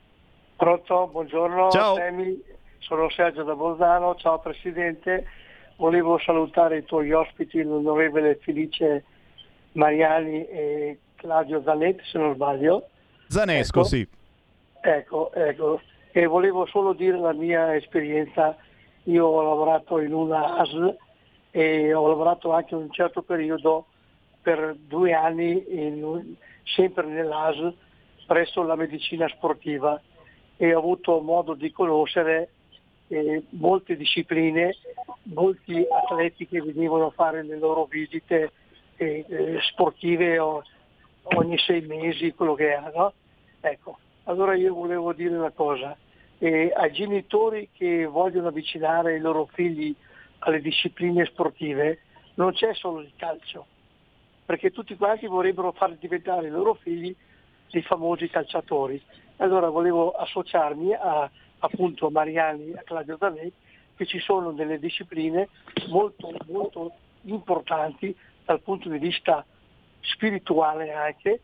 Pronto, buongiorno. Ciao. Temi. Sono Sergio da Bolzano. Ciao Presidente, volevo salutare i tuoi ospiti, l'onorevole Felice Mariani e Claudio Zanetti, se non sbaglio. Zanesco, ecco, sì. Ecco, ecco. E volevo solo dire la mia esperienza. Io ho lavorato in una A S L e ho lavorato anche un certo periodo, per due anni, in, sempre nell'A S L, presso la medicina sportiva, e ho avuto modo di conoscere eh, molte discipline, molti atleti che venivano a fare le loro visite eh, eh, sportive o, ogni sei mesi, quello che era, no? Ecco, allora io volevo dire una cosa, eh, ai genitori che vogliono avvicinare i loro figli alle discipline sportive, non c'è solo il calcio, perché tutti quanti vorrebbero far diventare i loro figli dei famosi calciatori. Allora volevo associarmi a appunto a Mariani e a Claudio Zanetti, che ci sono delle discipline molto molto importanti dal punto di vista spirituale anche,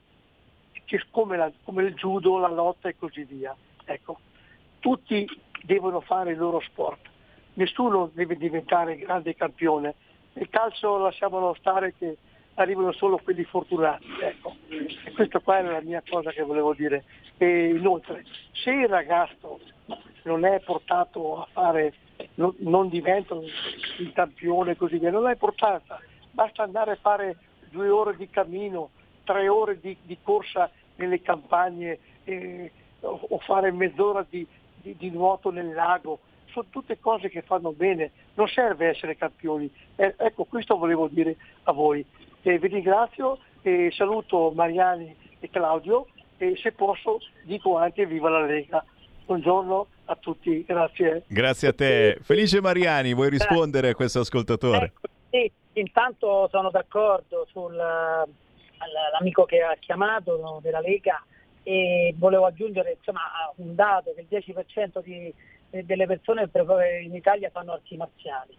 che come, la, come il judo, la lotta e così via. Ecco, tutti devono fare il loro sport, nessuno deve diventare grande campione. Il calcio lasciamolo stare, che arrivano solo quelli fortunati. Ecco, e questa qua era la mia cosa che volevo dire. E inoltre, se il ragazzo non è portato a fare, non, non diventa il campione e così via, non ha importanza, basta andare a fare due ore di cammino, tre ore di, di corsa nelle campagne eh, o, o fare mezz'ora di, di, di nuoto nel lago. Sono tutte cose che fanno bene, non serve essere campioni. Eh, ecco, questo volevo dire a voi. Eh, vi ringrazio e saluto Mariani e Claudio, e se posso dico anche viva la Lega. Buongiorno a tutti, grazie. Grazie a te. Felice Mariani, vuoi rispondere a questo ascoltatore? Ecco, sì, intanto sono d'accordo sull'amico che ha chiamato, no, della Lega, e volevo aggiungere insomma un dato, che il dieci per cento di, delle persone in Italia fanno arti marziali.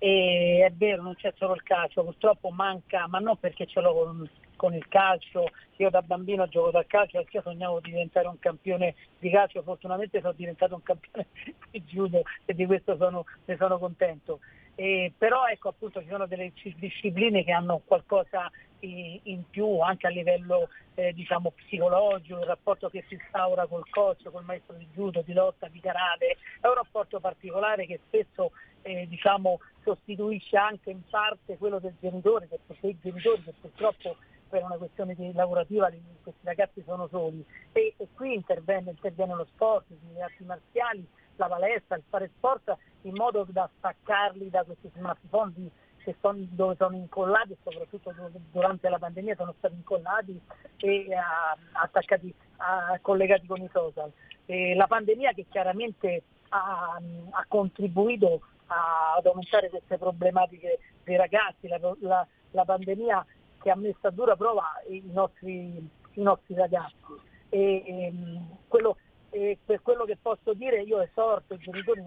E è vero, non c'è solo il calcio, purtroppo manca, ma non perché ce l'ho con, con il calcio. Io da bambino gioco dal calcio, perché io sognavo di diventare un campione di calcio, fortunatamente sono diventato un campione di judo e di questo sono, ne sono contento. Eh, però ecco, appunto, ci sono delle discipline che hanno qualcosa in, in più anche a livello eh, diciamo psicologico, il rapporto che si instaura col coach, col maestro di judo, di lotta, di karate, è un rapporto particolare che spesso eh, diciamo sostituisce anche in parte quello del genitore, perché dei genitori che purtroppo per una questione di lavorativa questi ragazzi sono soli, e, e qui interviene, interviene lo sport, le arti marziali, la palestra, il fare sport, in modo da staccarli da questi smartphone di, che sono, dove sono incollati, e soprattutto durante la pandemia sono stati incollati e a, attaccati, a, collegati con i social. E la pandemia che chiaramente ha, ha contribuito a, ad aumentare queste problematiche dei ragazzi, la, la, la pandemia che ha messo a dura prova i nostri, i nostri ragazzi. E, e, quello, e per quello che posso dire, io esorto i genitori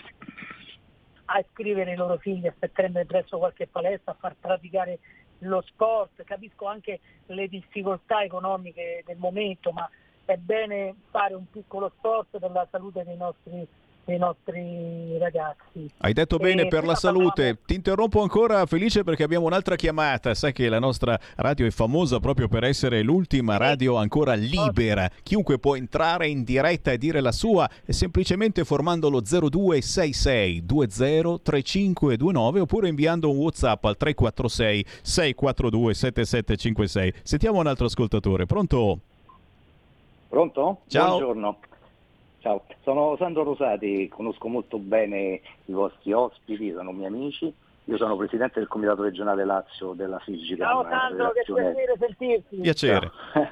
a iscrivere i loro figli, a mettere presso qualche palestra, a far praticare lo sport. Capisco anche le difficoltà economiche del momento, ma è bene fare un piccolo sport per la salute dei nostri dei nostri ragazzi. Hai detto bene, e per la salute. parlavamo... Ti interrompo ancora, Felice, perché abbiamo un'altra chiamata. Sai che la nostra radio è famosa proprio per essere l'ultima radio ancora libera. Chiunque può entrare in diretta e dire la sua, è semplicemente formando lo zero due sei sei due zero tre cinque due nove oppure inviando un WhatsApp al tre quattro sei sei quattro due sette sette cinque sei. Sentiamo un altro ascoltatore. Pronto? Pronto? Ciao. Buongiorno. Ciao, sono Sandro Rosati, conosco molto bene i vostri ospiti, sono miei amici. Io sono presidente del Comitato Regionale Lazio della FIGI. Ciao Sandro, che piacere sentirti. Piacere.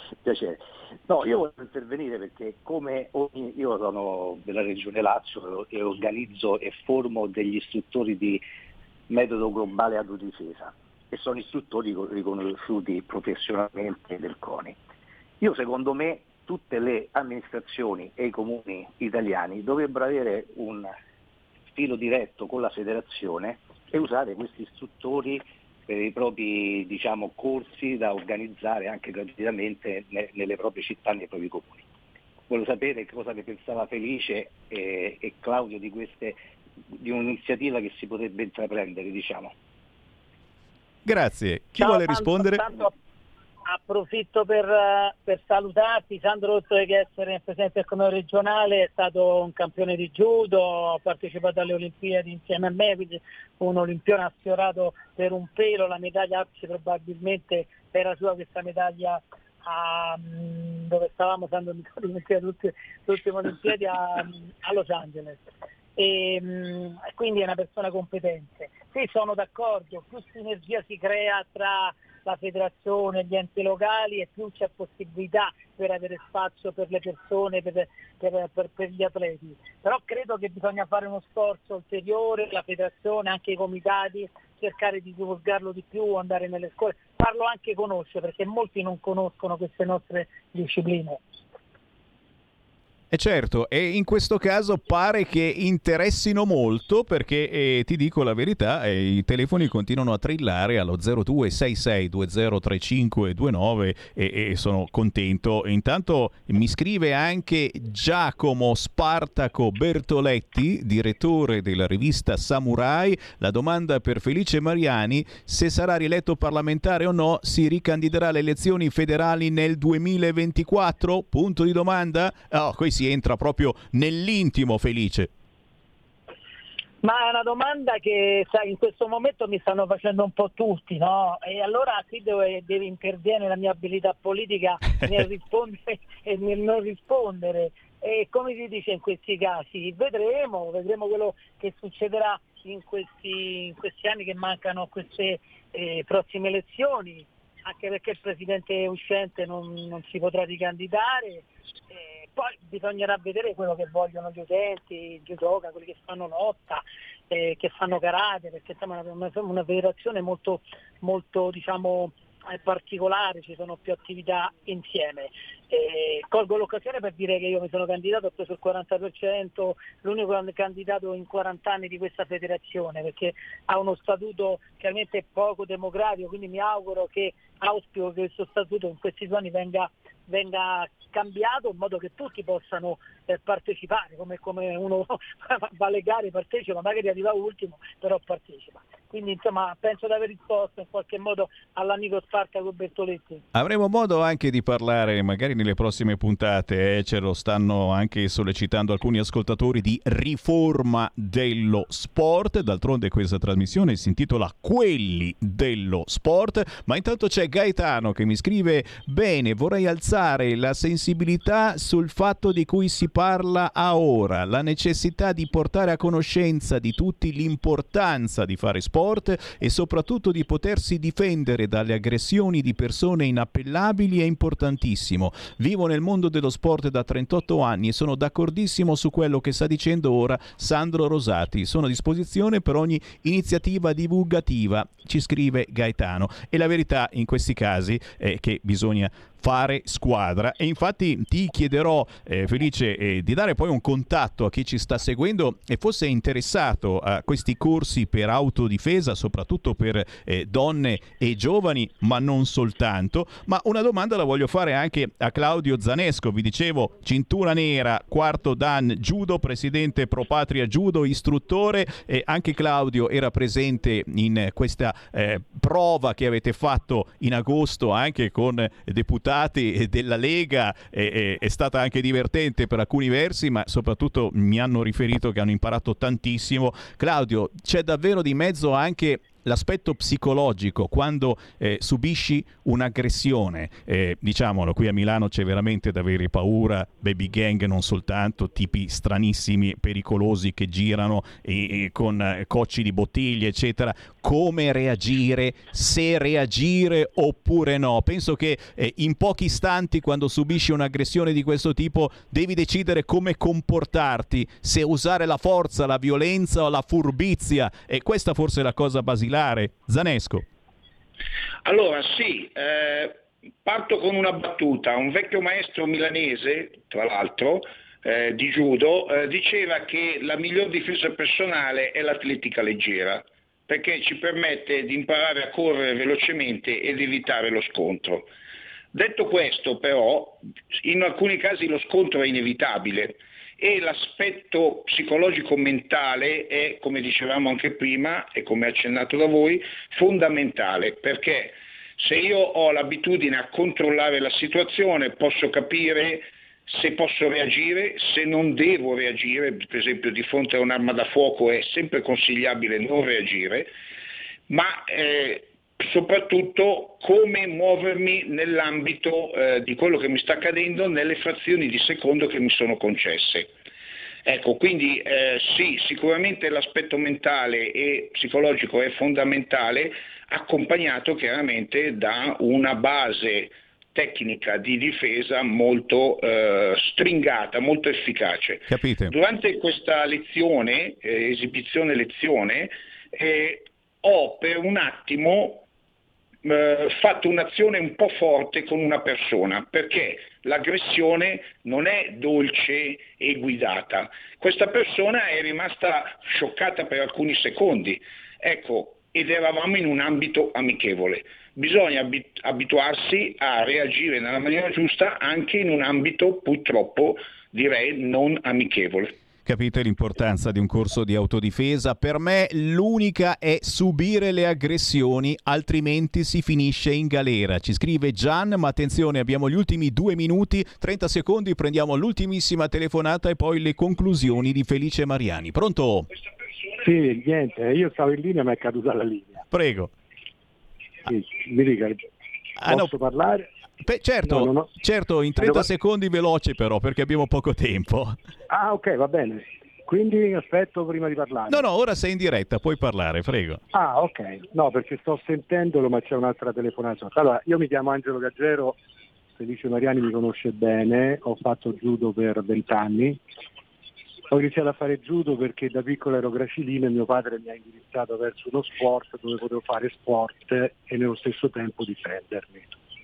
Piacere. No, io voglio intervenire perché come ogni, io sono della Regione Lazio e organizzo e formo degli istruttori di metodo globale autodifesa e sono istruttori riconosciuti professionalmente del CONI. Io secondo me tutte le amministrazioni e i comuni italiani dovrebbero avere un filo diretto con la federazione e usare questi istruttori per i propri, diciamo, corsi da organizzare anche gratuitamente ne, nelle proprie città, nei propri comuni. Voglio sapere cosa ne pensava Felice e, e Claudio di queste di un'iniziativa che si potrebbe intraprendere, diciamo. Grazie. Chi Ciao, vuole tanto, rispondere? Tanto approfitto per, per salutarti. Sandro, oltre che essere presidente del Comune regionale, è stato un campione di judo, ha partecipato alle Olimpiadi insieme a me, quindi un olimpione, ha sfiorato per un pelo la medaglia, probabilmente era sua questa medaglia a, dove stavamo usando l'ultima Olimpiadi a, a Los Angeles. E, quindi è una persona competente. Sì, sono d'accordo, più sinergia si crea tra la federazione e gli enti locali e più c'è possibilità per avere spazio per le persone, per, per, per, per gli atleti. Però credo che bisogna fare uno sforzo ulteriore, la federazione, anche i comitati, cercare di divulgarlo di più, andare nelle scuole, farlo anche conoscere, perché molti non conoscono queste nostre discipline. E certo, e in questo caso pare che interessino molto perché eh, ti dico la verità, eh, i telefoni continuano a trillare allo zero due sei sei due zero tre cinque due nove e, e sono contento. Intanto mi scrive anche Giacomo Spartaco Bertoletti, direttore della rivista Samurai. La domanda per Felice Mariani: se sarà rieletto parlamentare o no, si ricandiderà alle elezioni federali nel duemilaventiquattro? Punto di domanda. Oh, qui si entra proprio nell'intimo, Felice. Ma è una domanda che, sai, in questo momento mi stanno facendo un po' tutti, no? E allora qui deve, deve intervenire la mia abilità politica nel rispondere e nel non rispondere. E come si dice in questi casi, vedremo, vedremo quello che succederà in questi, in questi anni che mancano a queste eh, prossime elezioni, anche perché il presidente uscente non, non si potrà ricandidare. Eh, poi bisognerà vedere quello che vogliono gli utenti, i judoka, quelli che fanno lotta, eh, che fanno karate, perché insomma è una, una federazione molto, molto diciamo, particolare, ci sono più attività insieme. Eh, colgo l'occasione per dire che io mi sono candidato, ho preso il quaranta per cento, l'unico candidato in quaranta anni di questa federazione, perché ha uno statuto chiaramente poco democratico, quindi mi auguro che, auspico che questo statuto in questi due anni venga, venga cambiato in modo che tutti possano eh, partecipare, come, come uno va alle gare, partecipa, magari arriva ultimo, però partecipa. Quindi insomma penso di aver risposto in qualche modo all'amico Spartaco Bertoletti. Avremo modo anche di parlare magari nelle prossime puntate, eh, ce lo stanno anche sollecitando alcuni ascoltatori, di riforma dello sport. D'altronde questa trasmissione si intitola Quelli dello sport. Ma intanto c'è Gaetano che mi scrive: bene, vorrei alzare la sensibilità sul fatto di cui si parla a ora, la necessità di portare a conoscenza di tutti l'importanza di fare sport e soprattutto di potersi difendere dalle aggressioni di persone inappellabili è importantissimo. Vivo nel mondo dello sport da trentotto anni e sono d'accordissimo su quello che sta dicendo ora Sandro Rosati. Sono a disposizione per ogni iniziativa divulgativa, ci scrive Gaetano. E la verità in questi casi è che bisogna fare squadra, e infatti ti chiederò eh, Felice eh, di dare poi un contatto a chi ci sta seguendo e fosse interessato a questi corsi per autodifesa, soprattutto per eh, donne e giovani, ma non soltanto. Ma una domanda la voglio fare anche a Claudio Zanesco. Vi dicevo, cintura nera, quarto dan judo, presidente Pro Patria Judo, istruttore, e anche Claudio era presente in questa eh, prova che avete fatto in agosto anche con deputati della Lega. È, è stata anche divertente per alcuni versi, ma soprattutto mi hanno riferito che hanno imparato tantissimo. Claudio, c'è davvero di mezzo anche l'aspetto psicologico quando eh, subisci un'aggressione, eh, diciamolo, qui a Milano c'è veramente da avere paura, baby gang non soltanto, tipi stranissimi, pericolosi che girano e, e con eh, cocci di bottiglie eccetera, come reagire, se reagire oppure no. Penso che eh, in pochi istanti quando subisci un'aggressione di questo tipo devi decidere come comportarti, se usare la forza, la violenza o la furbizia, e questa forse è la cosa basilare. Zanesco. Allora sì, eh, parto con una battuta. Un vecchio maestro milanese, tra l'altro, eh, di judo, eh, diceva che la miglior difesa personale è l'atletica leggera, perché ci permette di imparare a correre velocemente ed evitare lo scontro. Detto questo, però, in alcuni casi lo scontro è inevitabile e l'aspetto psicologico-mentale è, come dicevamo anche prima e come accennato da voi, fondamentale, perché se io ho l'abitudine a controllare la situazione posso capire se posso reagire, se non devo reagire. Per esempio di fronte a un'arma da fuoco è sempre consigliabile non reagire, ma eh, soprattutto come muovermi nell'ambito eh, di quello che mi sta accadendo nelle frazioni di secondo che mi sono concesse. Ecco, quindi eh, sì, sicuramente l'aspetto mentale e psicologico è fondamentale, accompagnato chiaramente da una base tecnica di difesa molto eh, stringata, molto efficace. Capite? Durante questa lezione, eh, esibizione lezione, eh, ho per un attimo eh, fatto un'azione un po' forte con una persona, perché l'aggressione non è dolce e guidata. Questa persona è rimasta scioccata per alcuni secondi, ecco, ed eravamo in un ambito amichevole. Bisogna abituarsi a reagire nella maniera giusta anche in un ambito purtroppo direi non amichevole. Capite l'importanza di un corso di autodifesa? Per me l'unica è subire le aggressioni, altrimenti si finisce in galera. Ci scrive Gian, ma attenzione, abbiamo gli ultimi due minuti, trenta secondi, prendiamo l'ultimissima telefonata e poi le conclusioni di Felice Mariani. Pronto? Sì, niente, io stavo in linea ma è caduta la linea. Prego. Sì, mi dica, ah, posso no. parlare? Beh, certo, no, no. certo, in trenta secondi veloce però, perché abbiamo poco tempo. Ah, ok, va bene. Quindi aspetto prima di parlare. No, no, ora sei in diretta, puoi parlare, prego. Ah, ok. No, perché sto sentendolo, ma c'è un'altra telefonata. Allora, io mi chiamo Angelo Gaggero, Felice Mariani mi conosce bene, ho fatto judo per vent'anni. Ho iniziato a fare judo perché da piccolo ero gracilino e mio padre mi ha indirizzato verso uno sport dove potevo fare sport e nello stesso tempo difendermi.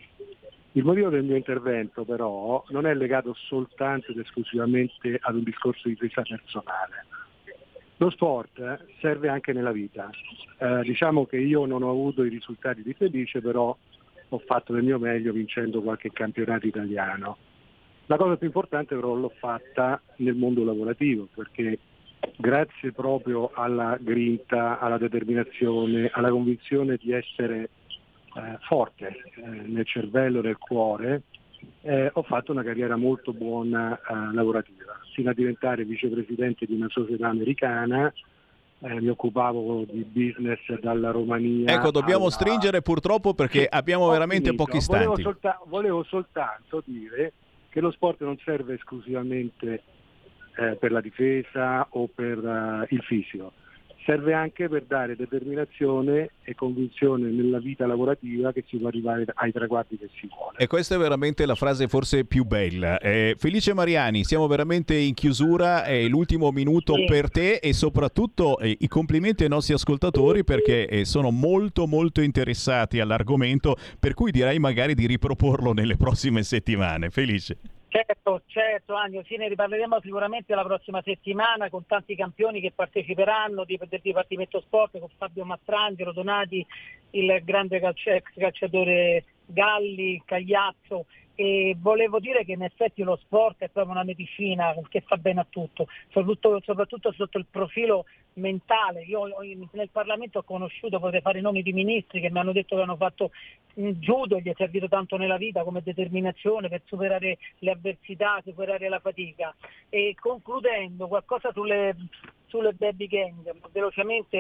Il motivo del mio intervento però non è legato soltanto ed esclusivamente ad un discorso di difesa personale. Lo sport serve anche nella vita. Eh, diciamo che io non ho avuto i risultati di Felice, però ho fatto del mio meglio vincendo qualche campionato italiano. La cosa più importante però l'ho fatta nel mondo lavorativo, perché grazie proprio alla grinta, alla determinazione, alla convinzione di essere eh, forte eh, nel cervello, nel cuore, eh, ho fatto una carriera molto buona eh, lavorativa, fino a diventare vicepresidente di una società americana. Eh, mi occupavo di business dalla Romania. Ecco, dobbiamo alla... stringere purtroppo perché sì, abbiamo veramente finito. pochi istanti. Volevo, solta- volevo soltanto dire che lo sport non serve esclusivamente eh, per la difesa o per uh, il fisico, serve anche per dare determinazione e convinzione nella vita lavorativa che si può arrivare ai traguardi che si vuole. E questa è veramente la frase forse più bella. Eh, Felice Mariani, siamo veramente in chiusura, è l'ultimo minuto sì. per te e soprattutto eh, i complimenti ai nostri ascoltatori perché eh, sono molto molto interessati all'argomento, per cui direi magari di riproporlo nelle prossime settimane. Felice. Certo, certo, Angelo, sì, ne riparleremo sicuramente la prossima settimana con tanti campioni che parteciperanno di, del Dipartimento Sport, con Fabio Mastrangelo, Donati, il grande calci- ex calciatore Galli, Cagliazzo. E volevo dire che in effetti lo sport è proprio una medicina che fa bene a tutto, soprattutto, soprattutto sotto il profilo mentale. Io nel Parlamento ho conosciuto, potrei fare i nomi di ministri che mi hanno detto che hanno fatto judo, gli è servito tanto nella vita come determinazione per superare le avversità, superare la fatica. E concludendo, qualcosa sulle, sulle baby gang, velocemente.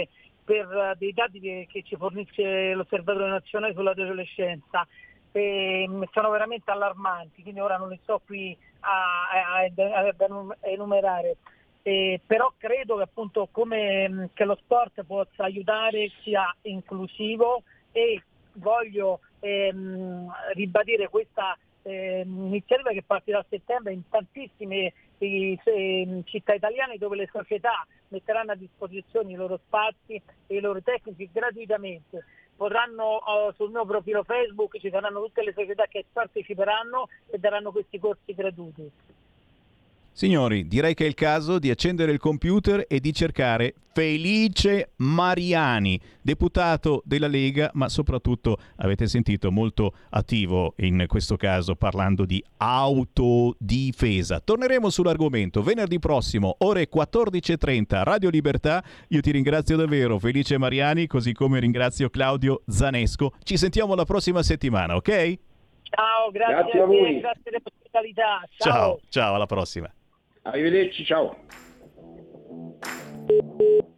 per dei dati che, che ci fornisce l'Osservatorio Nazionale sull'Adolescenza. E sono veramente allarmanti, quindi ora non li sto qui a, a, a enumerare. Eh, però credo che appunto come che lo sport possa aiutare, sia inclusivo, e voglio ehm, ribadire questa ehm, iniziativa che partirà a settembre in tantissime eh, eh, città italiane, dove le società metteranno a disposizione i loro spazi e i loro tecnici gratuitamente. Potranno uh, sul mio profilo Facebook ci saranno tutte le società che parteciperanno e daranno questi corsi gratuiti. Signori, direi che è il caso di accendere il computer e di cercare Felice Mariani, deputato della Lega, ma soprattutto, avete sentito, molto attivo in questo caso parlando di autodifesa. Torneremo sull'argomento venerdì prossimo, ore quattordici e trenta, Radio Libertà. Io ti ringrazio davvero, Felice Mariani, così come ringrazio Claudio Zanesco. Ci sentiamo la prossima settimana, ok? Ciao, grazie, grazie a, a voi. Grazie dell'ospitalità. Ciao. ciao, ciao, alla prossima. Arrivederci, ciao.